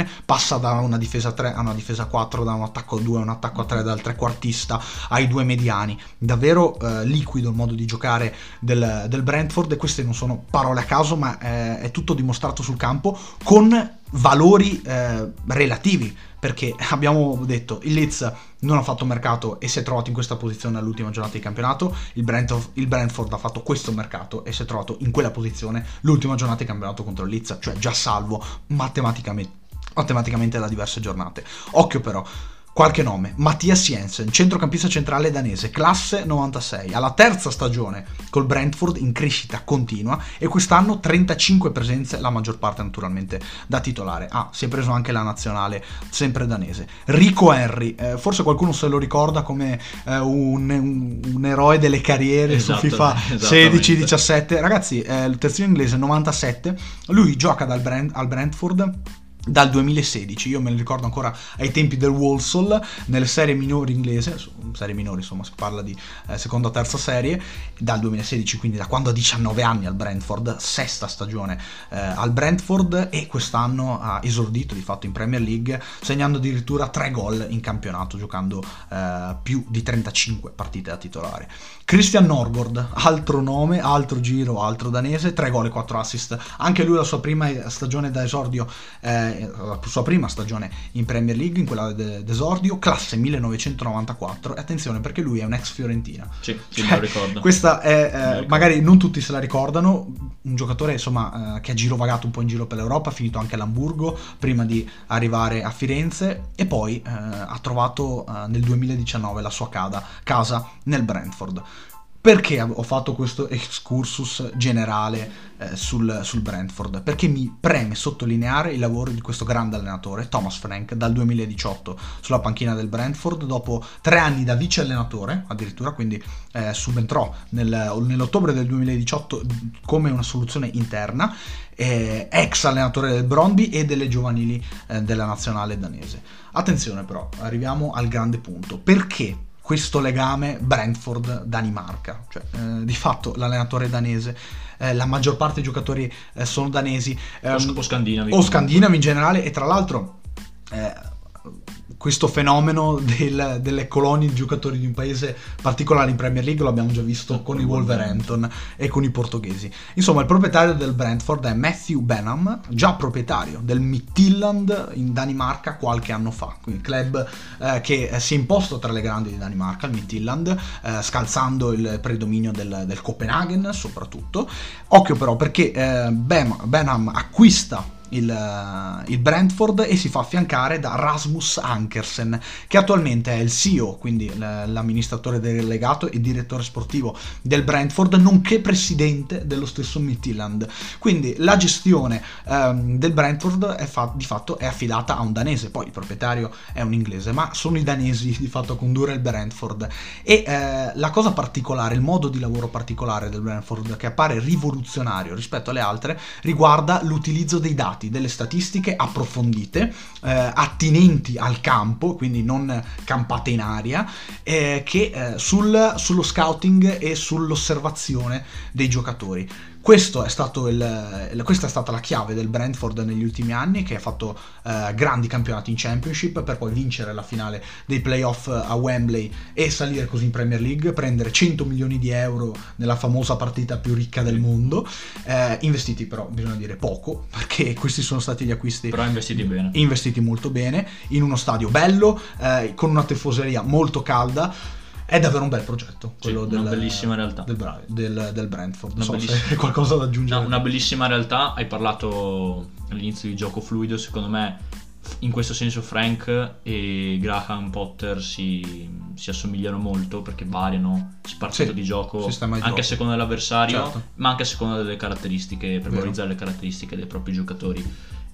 passa da una difesa tre a una difesa quattro, da un attacco a due a un attacco a tre, dal trequartista ai due mediani. Davvero eh, liquido il modo di giocare del, del Brentford, e queste non sono parole a caso, ma eh, è tutto dimostrato sul campo con valori eh, relativi, perché abbiamo detto il Leeds non ha fatto mercato e si è trovato in questa posizione all'ultima giornata di campionato, il Brentford, il Brentford ha fatto questo mercato e si è trovato in quella posizione l'ultima giornata di campionato contro il Leeds, cioè già salvo matematicamente, matematicamente da diverse giornate. Occhio però, qualche nome: Mattias Jensen, centrocampista centrale danese, classe novantasei, alla terza stagione col Brentford, in crescita continua, e quest'anno trentacinque presenze, la maggior parte naturalmente da titolare. Ah, si è preso anche la nazionale sempre danese. Rico Henry, eh, forse qualcuno se lo ricorda come eh, un, un, un eroe delle carriere, esatto, su FIFA sedici diciassette. Ragazzi, eh, il terzino inglese novantasette, lui gioca dal Brent, al Brentford dal duemilasedici, io me lo ricordo ancora ai tempi del Walsall, nelle serie minori inglese, serie minori insomma, si parla di eh, seconda o terza serie, dal duemilasedici, quindi da quando ha diciannove anni al Brentford, sesta stagione eh, al Brentford, e quest'anno ha esordito di fatto in Premier League, segnando addirittura tre gol in campionato, giocando eh, più di trentacinque partite da titolare. Christian Norgård, altro nome, altro giro, altro danese, tre gol e quattro assist, anche lui la sua prima stagione da esordio, eh, la sua prima stagione in Premier League, in quella d'esordio, classe millenovecentonovantaquattro, e attenzione perché lui è un ex Fiorentina. Sì, sì, cioè, me lo ricordo. Questa è, eh, magari non tutti se la ricordano, un giocatore insomma eh, che ha girovagato un po' in giro per l'Europa, ha finito anche all'Hamburgo prima di arrivare a Firenze, e poi eh, ha trovato eh, nel duemiladiciannove la sua casa, casa nel Brentford. Perché ho fatto questo excursus generale eh, sul, sul Brentford? Perché mi preme sottolineare il lavoro di questo grande allenatore, Thomas Frank, dal duemiladiciotto sulla panchina del Brentford, dopo tre anni da vice allenatore addirittura, quindi eh, subentrò nel, nell'ottobre del duemiladiciotto come una soluzione interna, eh, ex allenatore del Brøndby e delle giovanili eh, della nazionale danese. Attenzione però, arriviamo al grande punto: perché questo legame Brentford-Danimarca? Cioè, eh, di fatto l'allenatore è danese, eh, la maggior parte dei giocatori eh, sono danesi, ehm, o scandinavi, o scandinavi in generale, e tra l'altro eh, questo fenomeno del, delle colonie di giocatori di un paese particolare in Premier League lo abbiamo già visto con i Wolverhampton e con i portoghesi. Insomma, il proprietario del Brentford è Matthew Benham, già proprietario del Midtjylland in Danimarca qualche anno fa, quindi club eh, che si è imposto tra le grandi di Danimarca, il Midtjylland, eh, scalzando il predominio del, del Copenaghen soprattutto. Occhio però, perché eh, Benham acquista Il, il Brentford e si fa affiancare da Rasmus Ankersen, che attualmente è il C E O, quindi l'amministratore delegato e direttore sportivo del Brentford, nonché presidente dello stesso Midtjylland. Quindi la gestione ehm, del Brentford è fa- di fatto è affidata a un danese, poi il proprietario è un inglese, ma sono i danesi di fatto a condurre il Brentford. E eh, la cosa particolare, il modo di lavoro particolare del Brentford, che appare rivoluzionario rispetto alle altre, riguarda l'utilizzo dei dati, delle statistiche approfondite, eh, attinenti al campo, quindi non campate in aria, eh, che eh, sul, sullo scouting e sull'osservazione dei giocatori. Questo è stato il, questa è stata la chiave del Brentford negli ultimi anni, che ha fatto eh, grandi campionati in Championship per poi vincere la finale dei playoff a Wembley e salire così in Premier League, prendere cento milioni di euro nella famosa partita più ricca del mondo, eh, investiti però bisogna dire poco, perché questi sono stati gli acquisti però investiti bene, investiti molto bene, in uno stadio bello, eh, con una tifoseria molto calda. È davvero un bel progetto quello, sì, del, una bellissima realtà del, del, del Brentford. Non una so se hai qualcosa da aggiungere. No, una bellissima realtà. Hai parlato all'inizio di gioco fluido. Secondo me in questo senso Frank e Graham Potter si, si assomigliano molto, perché variano spartito sì, di gioco anche gioco. a seconda dell'avversario, certo, ma anche a seconda delle caratteristiche, per valorizzare le caratteristiche dei propri giocatori.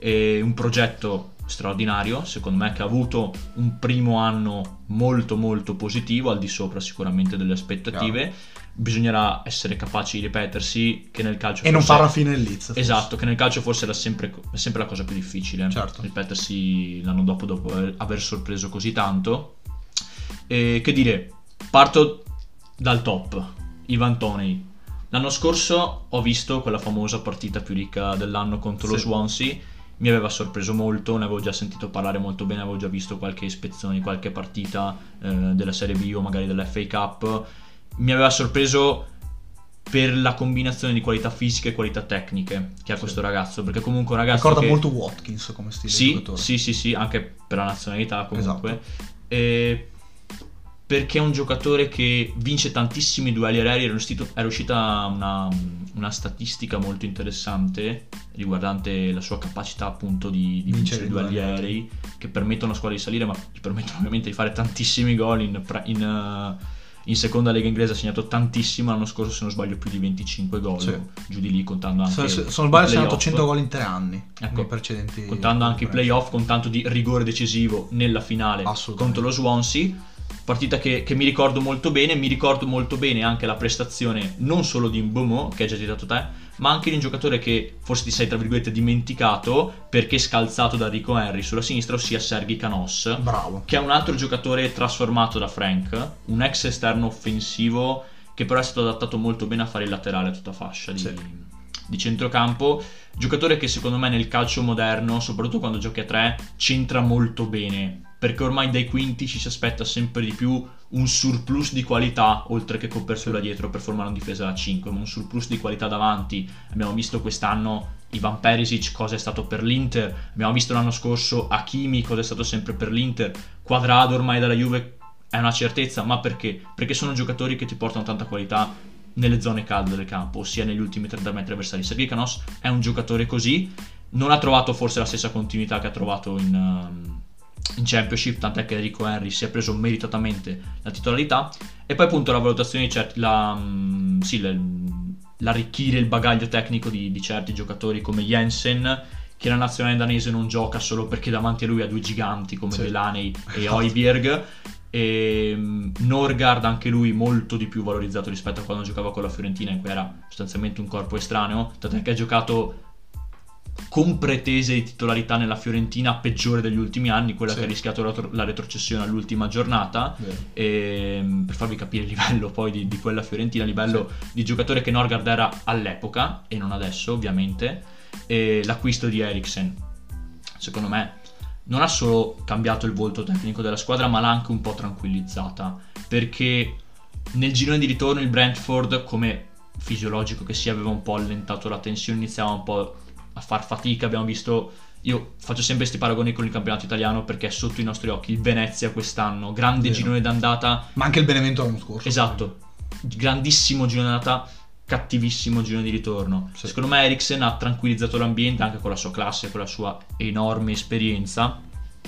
È un progetto straordinario, secondo me, che ha avuto un primo anno molto molto positivo, al di sopra sicuramente delle aspettative. Chiaro. Bisognerà essere capaci di ripetersi, che nel calcio e non fare la fine del Leeds, esatto, forse. Che nel calcio forse era sempre, è sempre la cosa più difficile, certo, ripetersi l'anno dopo dopo aver sorpreso così tanto. E che dire, parto dal top. Ivan Toney. L'anno scorso ho visto quella famosa partita più ricca dell'anno contro sì. lo Swansea, mi aveva sorpreso molto, ne avevo già sentito parlare molto bene, avevo già visto qualche ispezione di qualche partita eh, della Serie B o magari dell'F A Cup. Mi aveva sorpreso per la combinazione di qualità fisiche e qualità tecniche che ha sì. questo ragazzo, perché comunque un ragazzo ricorda che... molto Watkins come stile sì, di giocatore. Sì, sì, sì, anche per la nazionalità comunque. Esatto. E... perché è un giocatore che vince tantissimi duelli aerei. È uscito, era uscita una, una statistica molto interessante riguardante la sua capacità appunto di, di vincere duelli aerei, che permettono alla squadra di salire, ma gli permettono ovviamente di fare tantissimi gol. In, in, uh, in seconda lega inglese ha segnato tantissimo, l'anno scorso se non sbaglio più di venticinque gol, sì. giù di lì, contando anche se, se non sbaglio ha segnato cento gol in tre anni, ecco, precedenti, contando anche i playoff, con tanto di rigore decisivo nella finale contro lo Swansea. Partita che, che mi ricordo molto bene. Mi ricordo molto bene anche la prestazione non solo di Mbeumo, che hai già citato te, ma anche di un giocatore che forse ti sei tra virgolette dimenticato perché scalzato da Rico Henry sulla sinistra, ossia Sergi Canos. Bravo. Che è un altro giocatore trasformato da Frank, un ex esterno offensivo che però è stato adattato molto bene a fare il laterale a tutta fascia di, sì. di centrocampo. Giocatore che secondo me nel calcio moderno, soprattutto quando giochi a tre, c'entra molto bene, perché ormai dai quinti ci si aspetta sempre di più un surplus di qualità oltre che copertura dietro per formare una difesa da cinque, ma un surplus di qualità davanti. Abbiamo visto quest'anno Ivan Perisic cosa è stato per l'Inter, abbiamo visto l'anno scorso Hakimi cosa è stato sempre per l'Inter, Quadrado ormai dalla Juve è una certezza, ma perché? Perché sono giocatori che ti portano tanta qualità nelle zone calde del campo, ossia negli ultimi trenta metri avversari. Sergi Canos è un giocatore così, non ha trovato forse la stessa continuità che ha trovato in... Um, in Championship, tant'è che Rico Henry si è preso meritatamente la titolarità. E poi appunto la valutazione di certi, la, um, sì, la, l'arricchire il bagaglio tecnico di, di certi giocatori come Jensen, che la nazionale danese non gioca solo perché davanti a lui ha due giganti come sì. Delaney e Højbjerg, e um, Norgard anche lui molto di più valorizzato rispetto a quando giocava con la Fiorentina, in cui era sostanzialmente un corpo estraneo, tant'è che ha giocato con pretese di titolarità nella Fiorentina peggiore degli ultimi anni, quella sì. che ha rischiato la, la retrocessione all'ultima giornata. E, per farvi capire il livello poi di, di quella Fiorentina, livello sì. di giocatore che Norgard era all'epoca e non adesso ovviamente. E l'acquisto di Eriksen secondo me non ha solo cambiato il volto tecnico della squadra, ma l'ha anche un po' tranquillizzata, perché nel girone di ritorno il Brentford, come fisiologico che sia, aveva un po' allentato la tensione, iniziava un po' a far fatica. Abbiamo visto, io faccio sempre questi paragoni con il campionato italiano perché è sotto i nostri occhi, il Venezia quest'anno, grande Vero. girone d'andata, ma anche il Benevento l'anno scorso, esatto, grandissimo girone d'andata, cattivissimo girone di ritorno. Sì. Secondo me Eriksen ha tranquillizzato l'ambiente anche con la sua classe, con la sua enorme esperienza,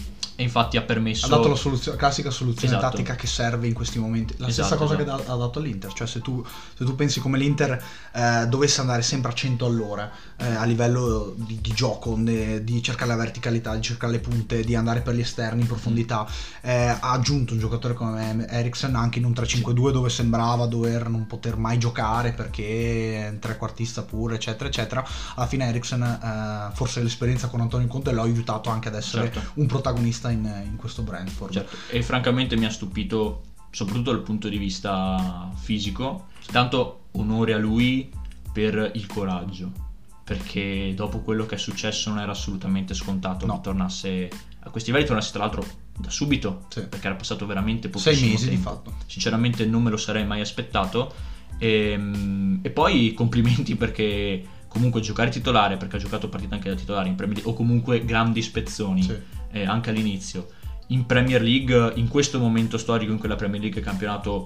e infatti ha permesso, ha dato la soluzione, classica soluzione esatto. tattica che serve in questi momenti, la esatto, stessa cosa esatto. che da, ha dato l'Inter. Cioè se tu, se tu pensi come l'Inter eh, dovesse andare sempre a cento all'ora eh, a livello di, di gioco, ne, di cercare la verticalità, di cercare le punte, di andare per gli esterni in profondità, eh, ha aggiunto un giocatore come Eriksen anche in un tre cinque due dove sembrava dover non poter mai giocare perché è un trequartista pure eccetera eccetera. Alla fine Eriksen eh, forse l'esperienza con Antonio Conte l'ha aiutato anche ad essere certo. un protagonista in, in questo Brentford. Certo. E francamente mi ha stupito soprattutto dal punto di vista fisico. Tanto onore a lui per il coraggio, perché dopo quello che è successo non era assolutamente scontato no. che tornasse a questi livelli, tornasse tra l'altro da subito, sì. perché era passato veramente pochissimo sei mesi tempo. Di fatto. Sinceramente non me lo sarei mai aspettato. E, e poi complimenti, perché comunque giocare titolare, perché ha giocato partite anche da titolare in Premier League, o comunque grandi spezzoni sì. eh, anche all'inizio in Premier League, in questo momento storico in cui la Premier League è il campionato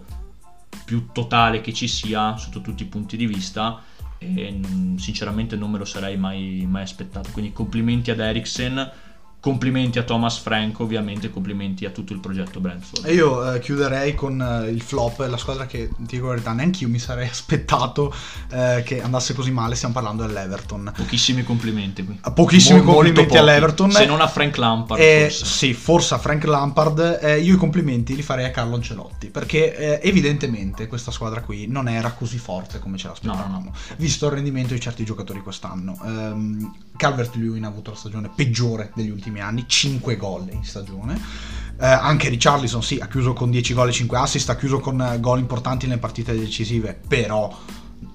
più totale che ci sia sotto tutti i punti di vista, e non, sinceramente non me lo sarei mai, mai aspettato. Quindi complimenti ad Eriksen, complimenti a Thomas Frank, ovviamente complimenti a tutto il progetto Brentford. E io eh, chiuderei con eh, il flop, la squadra che, ti dico la verità, neanche io mi sarei aspettato eh, che andasse così male. Stiamo parlando dell'Everton. Pochissimi complimenti qui. Pochissimi Mol, complimenti all'Everton, se non a Frank Lampard eh, forse. Sì, forse a Frank Lampard. eh, Io i complimenti li farei a Carlo Ancelotti, perché eh, evidentemente questa squadra qui non era così forte come ce l'aspettavamo, no, no. visto il rendimento di certi giocatori quest'anno. um, Calvert-Lewin ha avuto la stagione peggiore degli ultimi anni, cinque gol in stagione. Eh, anche Richarlison sì, ha chiuso con dieci gol e cinque assist, ha chiuso con uh, gol importanti nelle partite decisive, però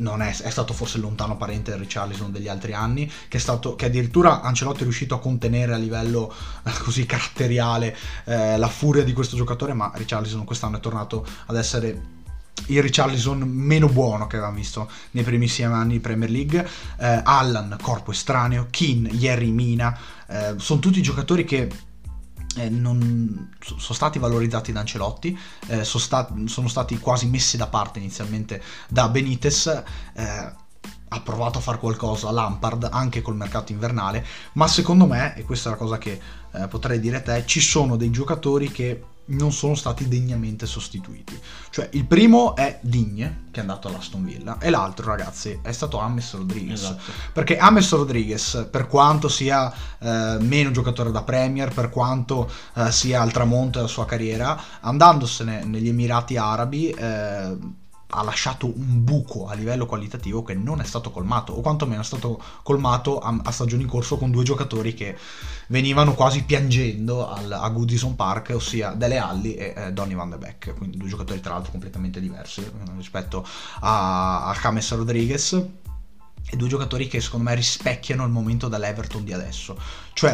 non è, è stato forse il lontano parente del Richarlison degli altri anni, che è stato, che addirittura Ancelotti è riuscito a contenere a livello eh, così caratteriale eh, la furia di questo giocatore, ma Richarlison quest'anno è tornato ad essere il Richarlison meno buono che avevamo visto nei primissimi anni di Premier League. eh, Allan, corpo estraneo, Keane, Yerry Mina, eh, sono tutti giocatori che Eh, non sono stati valorizzati da Ancelotti, eh, sono, stati, sono stati quasi messi da parte inizialmente da Benitez. eh, ha provato a fare qualcosa Lampard anche col mercato invernale, ma secondo me, e questa è la cosa che eh, potrei dire a te, ci sono dei giocatori che non sono stati degnamente sostituiti. Cioè il primo è Digne, che è andato all'Aston Villa, e l'altro, ragazzi, è stato James Rodriguez. Esatto. Perché James Rodriguez, per quanto sia eh, meno giocatore da Premier, per quanto eh, sia al tramonto della sua carriera, andandosene negli Emirati Arabi eh, ha lasciato un buco a livello qualitativo che non è stato colmato, o quantomeno è stato colmato a, a stagione in corso con due giocatori che venivano quasi piangendo al, a Goodison Park, ossia Dele Alli e eh, Donny van de Beek, quindi due giocatori tra l'altro completamente diversi eh, rispetto a, a James Rodriguez, e due giocatori che secondo me rispecchiano il momento dell'Everton di adesso, cioè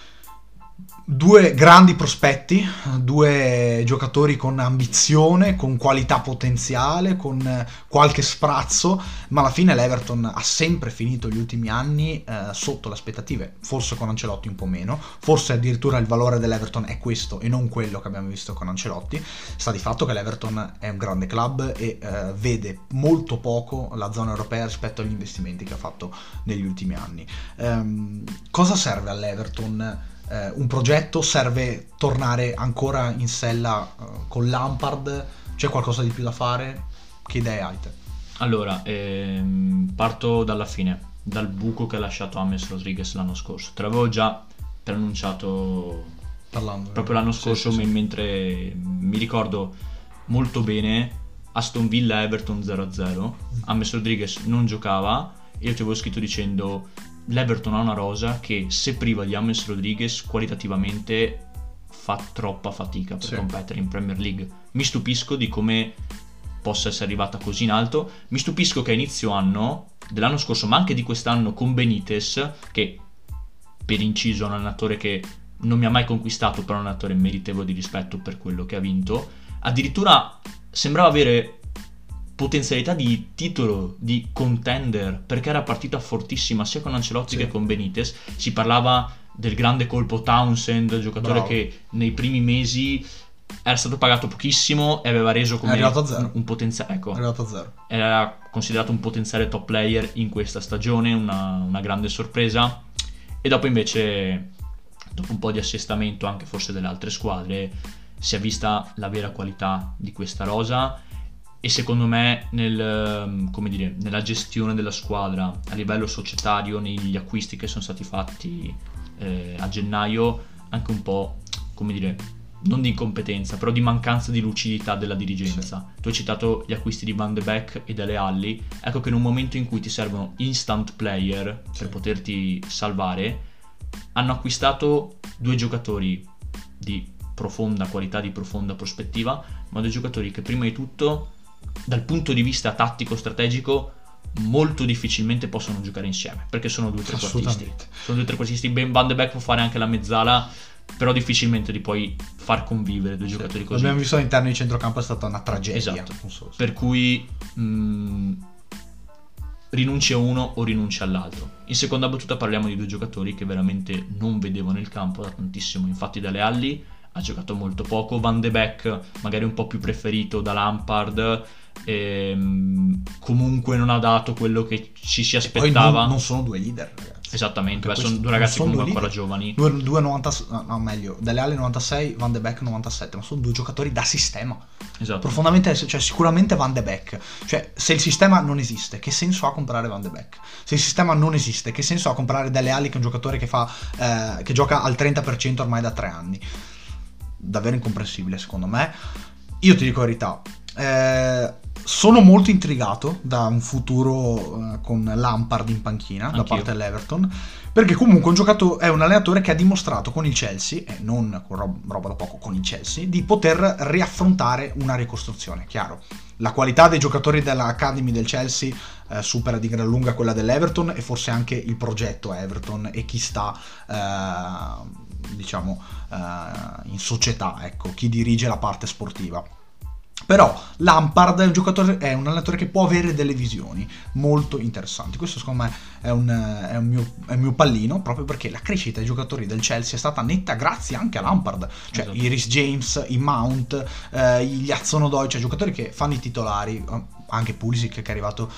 due grandi prospetti, due giocatori con ambizione, con qualità potenziale, con qualche sprazzo, ma alla fine l'Everton ha sempre finito gli ultimi anni eh, sotto le aspettative, forse con Ancelotti un po' meno, forse addirittura il valore dell'Everton è questo e non quello che abbiamo visto con Ancelotti. Sta di fatto che l'Everton è un grande club e eh, vede molto poco la zona europea rispetto agli investimenti che ha fatto negli ultimi anni. Ehm, cosa serve all'Everton? Uh, un progetto? Serve tornare ancora in sella uh, con Lampard? C'è qualcosa di più da fare? Che idee hai te? Allora, ehm, parto dalla fine, dal buco che ha lasciato James Rodriguez l'anno scorso. Te l'avevo già preannunciato parlando proprio l'anno scorso, sì, sì, sì. mentre mi ricordo molto bene Aston Villa Everton zero a zero. mm. James Rodriguez non giocava e io ti avevo scritto dicendo: l'Everton ha una rosa che, se priva di James Rodriguez, qualitativamente fa troppa fatica per sì. competere in Premier League. Mi stupisco di come possa essere arrivata così in alto. Mi stupisco che a inizio anno dell'anno scorso, ma anche di quest'anno, con Benitez, che per inciso è un allenatore che non mi ha mai conquistato, però è un allenatore meritevole di rispetto per quello che ha vinto, addirittura sembrava avere potenzialità di titolo, di contender, perché era partita fortissima sia con Ancelotti sì. che con Benitez. Si parlava del grande colpo Townsend, giocatore Bravo. che nei primi mesi era stato pagato pochissimo e aveva reso come un, un potenziale, ecco, arrivato a zero. Era considerato un potenziale top player in questa stagione, una, una grande sorpresa. E dopo invece, dopo un po' di assestamento anche forse delle altre squadre, si è vista la vera qualità di questa rosa. E secondo me nel, come dire, nella gestione della squadra a livello societario, negli acquisti che sono stati fatti eh, a gennaio, anche un po', come dire, non di incompetenza, però di mancanza di lucidità della dirigenza. Sì. Tu hai citato gli acquisti di Van de Beek e Dele Alli. Ecco che in un momento in cui ti servono instant player sì. per poterti salvare, hanno acquistato due giocatori di profonda qualità, di profonda prospettiva, ma due giocatori che prima di tutto, dal punto di vista tattico strategico, molto difficilmente possono giocare insieme, perché sono due trequartisti. Sono due trequartisti. Ben Van de Beek può fare anche la mezzala, però difficilmente li puoi far convivere due sì, giocatori così. L'abbiamo visto all'interno di centrocampo, è stata una tragedia. Esatto. Per cui mh, rinunci a uno o rinunci all'altro. In seconda battuta parliamo di due giocatori che veramente non vedevano il campo da tantissimo. Infatti Dele Alli ha giocato molto poco, Van de Beek magari un po' più preferito da Lampard, ehm, comunque non ha dato quello che ci si aspettava. Poi non, non sono due leader, ragazzi. Esattamente, beh, sono due ragazzi sono comunque due ancora giovani. Due, due novanta, no, meglio, Dele Alli novantasei, Van de Beek novantasette, ma sono due giocatori da sistema. Esatto. Profondamente, cioè sicuramente Van de Beek. Cioè, se il sistema non esiste, che senso ha comprare Van de Beek? Se il sistema non esiste, che senso ha comprare Dele Alli, che è un giocatore che fa eh, che gioca al trenta per cento ormai da tre anni? Davvero incomprensibile secondo me. Io ti dico la verità, eh, sono molto intrigato da un futuro eh, con Lampard in panchina. Anch'io. Da parte dell'Everton, perché comunque un giocatore, è un allenatore che ha dimostrato con il Chelsea, e non con rob- roba da poco, con il Chelsea, di poter riaffrontare una ricostruzione. Chiaro, la qualità dei giocatori dell'Academy del Chelsea eh, supera di gran lunga quella dell'Everton, e forse anche il progetto Everton e chi sta eh, diciamo eh, in società, ecco, chi dirige la parte sportiva. Però Lampard è un giocatore, è un allenatore che può avere delle visioni molto interessanti. Questo secondo me è un, è un, mio, è un mio pallino, proprio perché la crescita dei giocatori del Chelsea è stata netta grazie anche a Lampard. Cioè esatto. I Reece James, i Mount, eh, gli Hudson-Odoi, cioè giocatori che fanno i titolari, anche Pulisic che è arrivato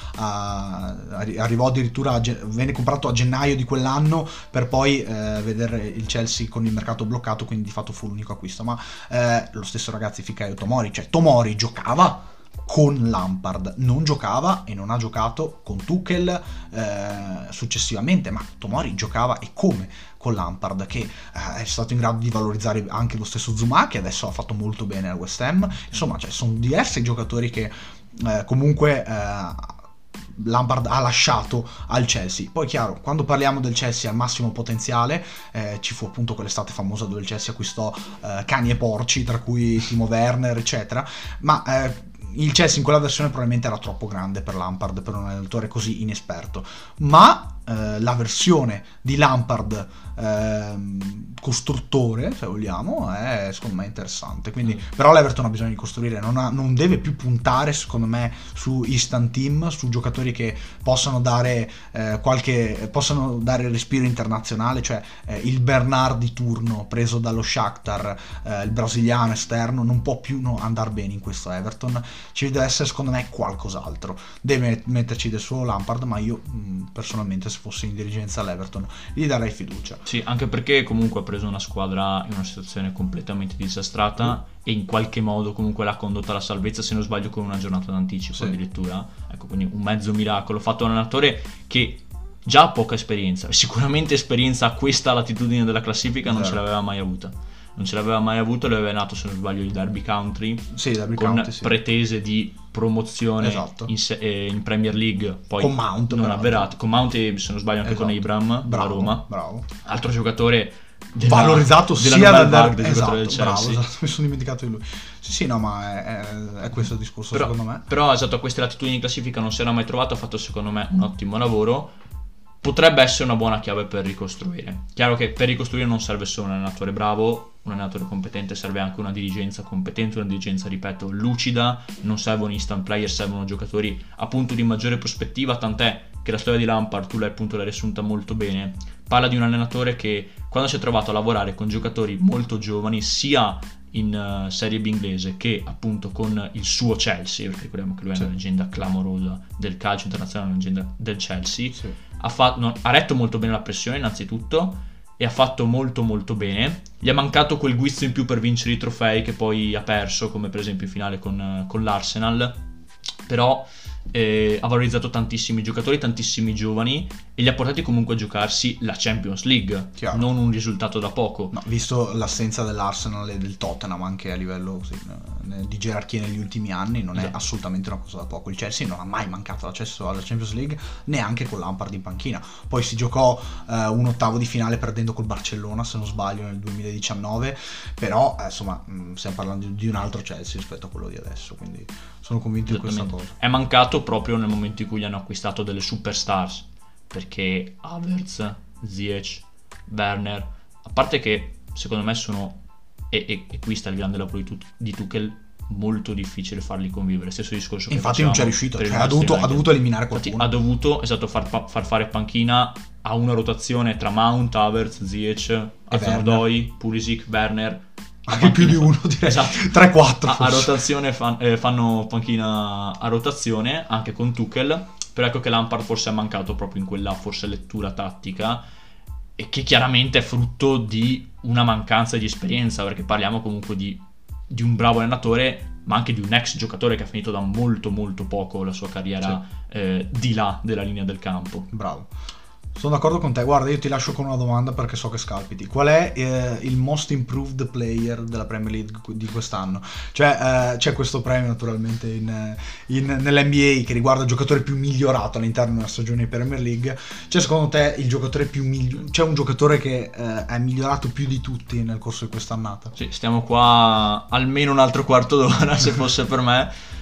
a, arrivò addirittura a, venne comprato a gennaio di quell'anno per poi eh, vedere il Chelsea con il mercato bloccato, quindi di fatto fu l'unico acquisto. Ma eh, lo stesso ragazzi Fikayo Tomori, cioè Tomori giocava con Lampard, non giocava e non ha giocato con Tuchel eh, successivamente, ma Tomori giocava e come con Lampard, che eh, è stato in grado di valorizzare anche lo stesso Zuma, che adesso ha fatto molto bene al West Ham. Insomma, cioè, sono diversi giocatori che eh, comunque eh, Lampard ha lasciato al Chelsea. Poi chiaro, quando parliamo del Chelsea al massimo potenziale, eh, ci fu appunto quell'estate famosa dove il Chelsea acquistò eh, cani e porci, tra cui Timo Werner eccetera, ma eh, il Chelsea in quella versione probabilmente era troppo grande per Lampard, per un allenatore così inesperto. Ma eh, la versione di Lampard eh, costruttore, se vogliamo, è secondo me interessante. Quindi, mm. però l'Everton ha bisogno di costruire, non, ha, non deve più puntare secondo me su instant team, su giocatori che possano dare eh, qualche possano dare respiro internazionale, cioè eh, il Bernard di turno preso dallo Shakhtar, eh, il brasiliano esterno, non può più no, andare bene in questo Everton. Ci deve essere secondo me qualcos'altro, deve metterci del suo Lampard, ma io mh, personalmente se fossi in dirigenza all'Everton gli darei fiducia. Sì, anche perché comunque ha preso una squadra in una situazione completamente disastrata mm. e in qualche modo comunque l'ha condotta alla salvezza, se non sbaglio con una giornata d'anticipo sì. addirittura, ecco, quindi un mezzo miracolo fatto da un allenatore che già ha poca esperienza, sicuramente esperienza a questa latitudine della classifica non Zero. ce l'aveva mai avuta. Non ce l'aveva mai avuto, lui aveva nato se non sbaglio il Derby County, sì, Derby con County, sì. pretese di promozione esatto. in, se- eh, in Premier League, poi con Mount, non avverato, con Mount e se non sbaglio anche esatto. con Abram della Roma, bravo. altro giocatore della, valorizzato della sia dal dal del esatto, del Chelsea. Bravo, esatto, mi sono dimenticato di lui. Sì, sì, no, ma è, è, è questo il discorso però, secondo me. Però esatto, a queste latitudini in classifica non si era mai trovato, ha fatto secondo me un ottimo lavoro. Potrebbe essere una buona chiave per ricostruire. Chiaro che per ricostruire non serve solo un allenatore bravo, un allenatore competente, serve anche una dirigenza competente, una dirigenza, ripeto, lucida. Non servono instant player, servono giocatori appunto di maggiore prospettiva, tant'è che la storia di Lampard, tu l'hai appunto l'hai riassunta molto bene, parla di un allenatore che quando si è trovato a lavorare con giocatori molto giovani, sia in uh, Serie B inglese che appunto con il suo Chelsea, perché ricordiamo che lui è sì. una leggenda clamorosa del calcio internazionale, una leggenda del Chelsea, sì. ha, fatto, no, ha retto molto bene la pressione innanzitutto e ha fatto molto molto bene. Gli è mancato quel guizzo in più per vincere i trofei che poi ha perso, come per esempio in finale con, con l'Arsenal, però eh, ha valorizzato tantissimi giocatori, tantissimi giovani, e li ha portati comunque a giocarsi la Champions League. Chiaro. Non un risultato da poco. No, visto l'assenza dell'Arsenal e del Tottenham anche a livello così, di gerarchia negli ultimi anni, non è esatto. assolutamente una cosa da poco. Il Chelsea non ha mai mancato l'accesso alla Champions League, neanche con Lampard in panchina. Poi si giocò eh, un ottavo di finale perdendo col Barcellona, se non sbaglio, nel duemiladiciannove, però eh, insomma mh, stiamo parlando di un altro Chelsea rispetto a quello di adesso, quindi sono convinto di questa cosa. È mancato proprio nel momento in cui gli hanno acquistato delle superstars, perché Havertz, Ziyech, Werner, a parte che secondo me sono, e, e, e qui sta il grande lavoro di, tu, di Tuchel, molto difficile farli convivere. Stesso discorso che infatti non c'è riuscito, cioè ha, dovuto, ha dovuto eliminare qualcuno. Infatti ha dovuto esatto, far, far fare panchina a una rotazione tra Mount, Havertz, Ziyech, Hudson-Odoi, Pulisic, Werner, anche più di uno, direi. Esatto. tre quattro a, a rotazione fan, eh, fanno panchina a rotazione anche con Tuchel. Però ecco che Lampard forse è mancato proprio in quella forse lettura tattica, e che chiaramente è frutto di una mancanza di esperienza, perché parliamo comunque di, di un bravo allenatore, ma anche di un ex giocatore che ha finito da molto molto poco la sua carriera sì. eh, di là della linea del campo. Bravo. Sono d'accordo con te. Guarda, io ti lascio con una domanda perché so che scalpiti. Qual è eh, il most improved player della Premier League di quest'anno? Cioè eh, c'è questo premio naturalmente in, in, nell'N B A che riguarda il giocatore più migliorato all'interno della stagione di Premier League. C'è secondo te il giocatore più migliorato? C'è un giocatore che eh, è migliorato più di tutti nel corso di quest'annata? Sì, stiamo qua almeno un altro quarto d'ora se fosse per me.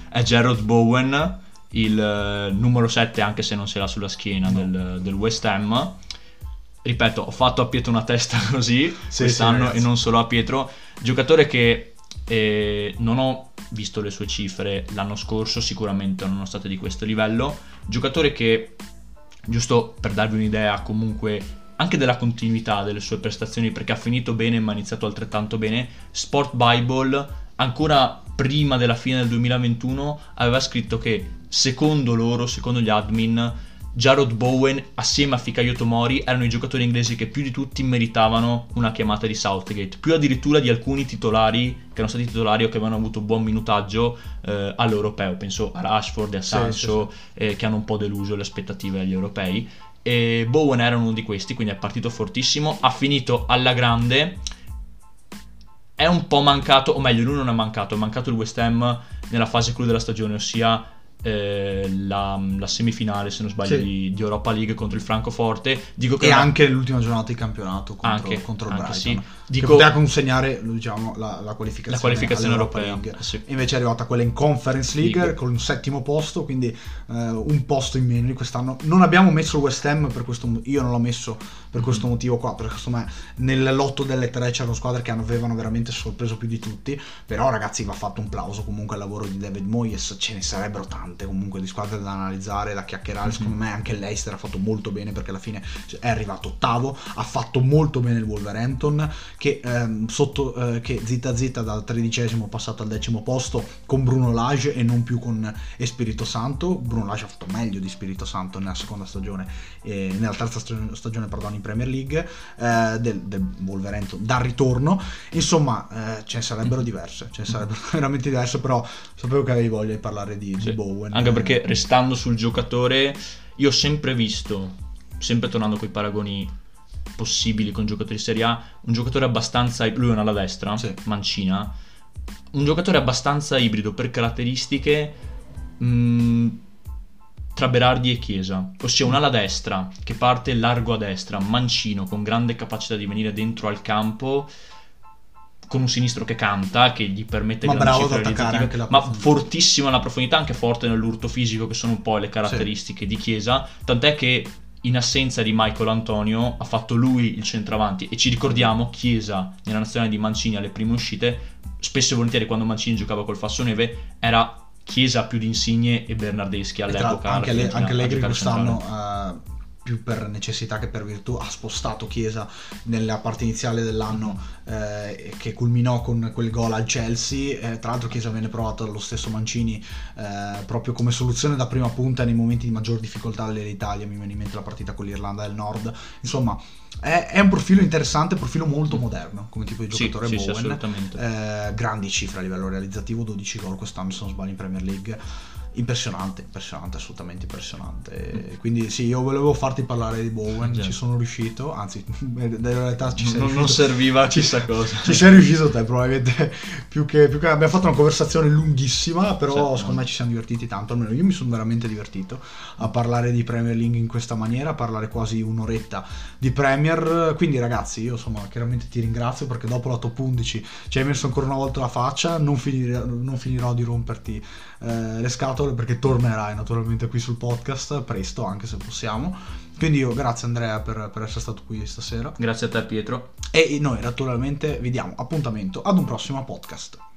è Jarrod Bowen, il eh, numero sette, anche se non ce l'ha sulla schiena, no. del, del West Ham. Ripeto, ho fatto a Pietro una testa così sì, quest'anno sì, e non solo a Pietro. Giocatore che eh, non ho visto le sue cifre l'anno scorso, sicuramente non sono state di questo livello. Giocatore che, giusto per darvi un'idea comunque anche della continuità delle sue prestazioni, perché ha finito bene ma ha iniziato altrettanto bene, Sport Bible ancora prima della fine del duemilaventuno aveva scritto che secondo loro, secondo gli admin, Jarrod Bowen assieme a Fikayo Tomori erano i giocatori inglesi che più di tutti meritavano una chiamata di Southgate, più addirittura di alcuni titolari che erano stati titolari o che avevano avuto buon minutaggio eh, all'europeo. Penso a Rashford e a Sancho, sì, sì, sì. Eh, che hanno un po' deluso le aspettative agli europei, e Bowen era uno di questi, quindi è partito fortissimo, ha finito alla grande. È un po' mancato, o meglio lui non è mancato, è mancato il West Ham nella fase clou della stagione, ossia Eh, la, la semifinale, se non sbaglio, sì. di, di Europa League contro il Francoforte. Dico che e una... anche l'ultima giornata di campionato contro, anche, contro il anche Brighton, sì. Dico... che poteva consegnare, diciamo, la, la qualificazione, la qualificazione europea, League. Sì. Invece è arrivata quella in Conference League, League. con un settimo posto, quindi eh, un posto in meno di quest'anno. Non abbiamo messo il West Ham per questo, io non l'ho messo per questo mm-hmm. motivo qua, perché secondo me nel lotto delle tre c'erano squadre che avevano veramente sorpreso più di tutti. Però ragazzi, va fatto un plauso comunque al lavoro di David Moyes, ce ne sarebbero tante comunque di squadre da analizzare, da chiacchierare. Mm-hmm. Secondo me anche l'Leicester ha fatto molto bene, perché alla fine è arrivato ottavo, ha fatto molto bene il Wolverhampton, che ehm, sotto eh, che zitta zitta dal tredicesimo passato al decimo posto con Bruno Lage e non più con Espirito Santo. Bruno Lage ha fatto meglio di Spirito Santo nella seconda stagione, eh, nella terza stagione, stagione perdone, in Premier League eh, del, del Wolverhampton dal ritorno. Insomma eh, ce ne sarebbero diverse, ce ne sarebbero veramente diverse, però sapevo che avevi voglia di parlare di, sì. di Bowen, anche perché restando sul giocatore, io ho sempre visto, sempre tornando coi paragoni possibili con giocatori di Serie A, un giocatore abbastanza, lui è una alla destra, sì. mancina, un giocatore abbastanza ibrido per caratteristiche mh, tra Berardi e Chiesa, ossia un ala destra che parte largo a destra, mancino, con grande capacità di venire dentro al campo, con un sinistro che canta, che gli permette ma grandi cifre realizzative, ma fortissimo nella profondità, anche forte nell'urto fisico, che sono un po' le caratteristiche sì. di Chiesa, tant'è che in assenza di Michael Antonio ha fatto lui il centravanti. E ci ricordiamo Chiesa nella nazionale di Mancini alle prime uscite, spesso e volentieri quando Mancini giocava col Fassoneve era Chiesa più di Insigne e Bernardeschi all'epoca. Anche, le, anche Allegri quest'anno uh, più per necessità che per virtù ha spostato Chiesa nella parte iniziale dell'anno, eh, che culminò con quel gol al Chelsea. Eh, tra l'altro Chiesa venne provato dallo stesso Mancini eh, proprio come soluzione da prima punta nei momenti di maggior difficoltà dell'Italia. Mi viene in mente la partita con l'Irlanda del Nord. Insomma è, è un profilo interessante, un profilo molto moderno come tipo di giocatore. Sì, Bowen, sì, assolutamente. Eh, grandi cifre a livello realizzativo, dodici gol quest'anno se non sbaglio in Premier League. Impressionante, impressionante, assolutamente impressionante. Quindi sì, io volevo farti parlare di Bowen, Già. ci sono riuscito, anzi in realtà ci sei non, riuscito. non serviva chissà cosa. Ci sei riuscito te probabilmente, più che, più che abbiamo fatto una conversazione lunghissima, però certo. secondo me ci siamo divertiti tanto, almeno io mi sono veramente divertito a parlare di Premier League in questa maniera, a parlare quasi un'oretta di Premier. Quindi ragazzi, io insomma chiaramente ti ringrazio, perché dopo la top undici ci hai messo ancora una volta la faccia. Non finirò, non finirò di romperti eh, le scatole, perché tornerai naturalmente qui sul podcast presto, anche se possiamo. Quindi io grazie Andrea per, per essere stato qui stasera. Grazie a te Pietro. E noi naturalmente vi diamo appuntamento ad un prossimo podcast.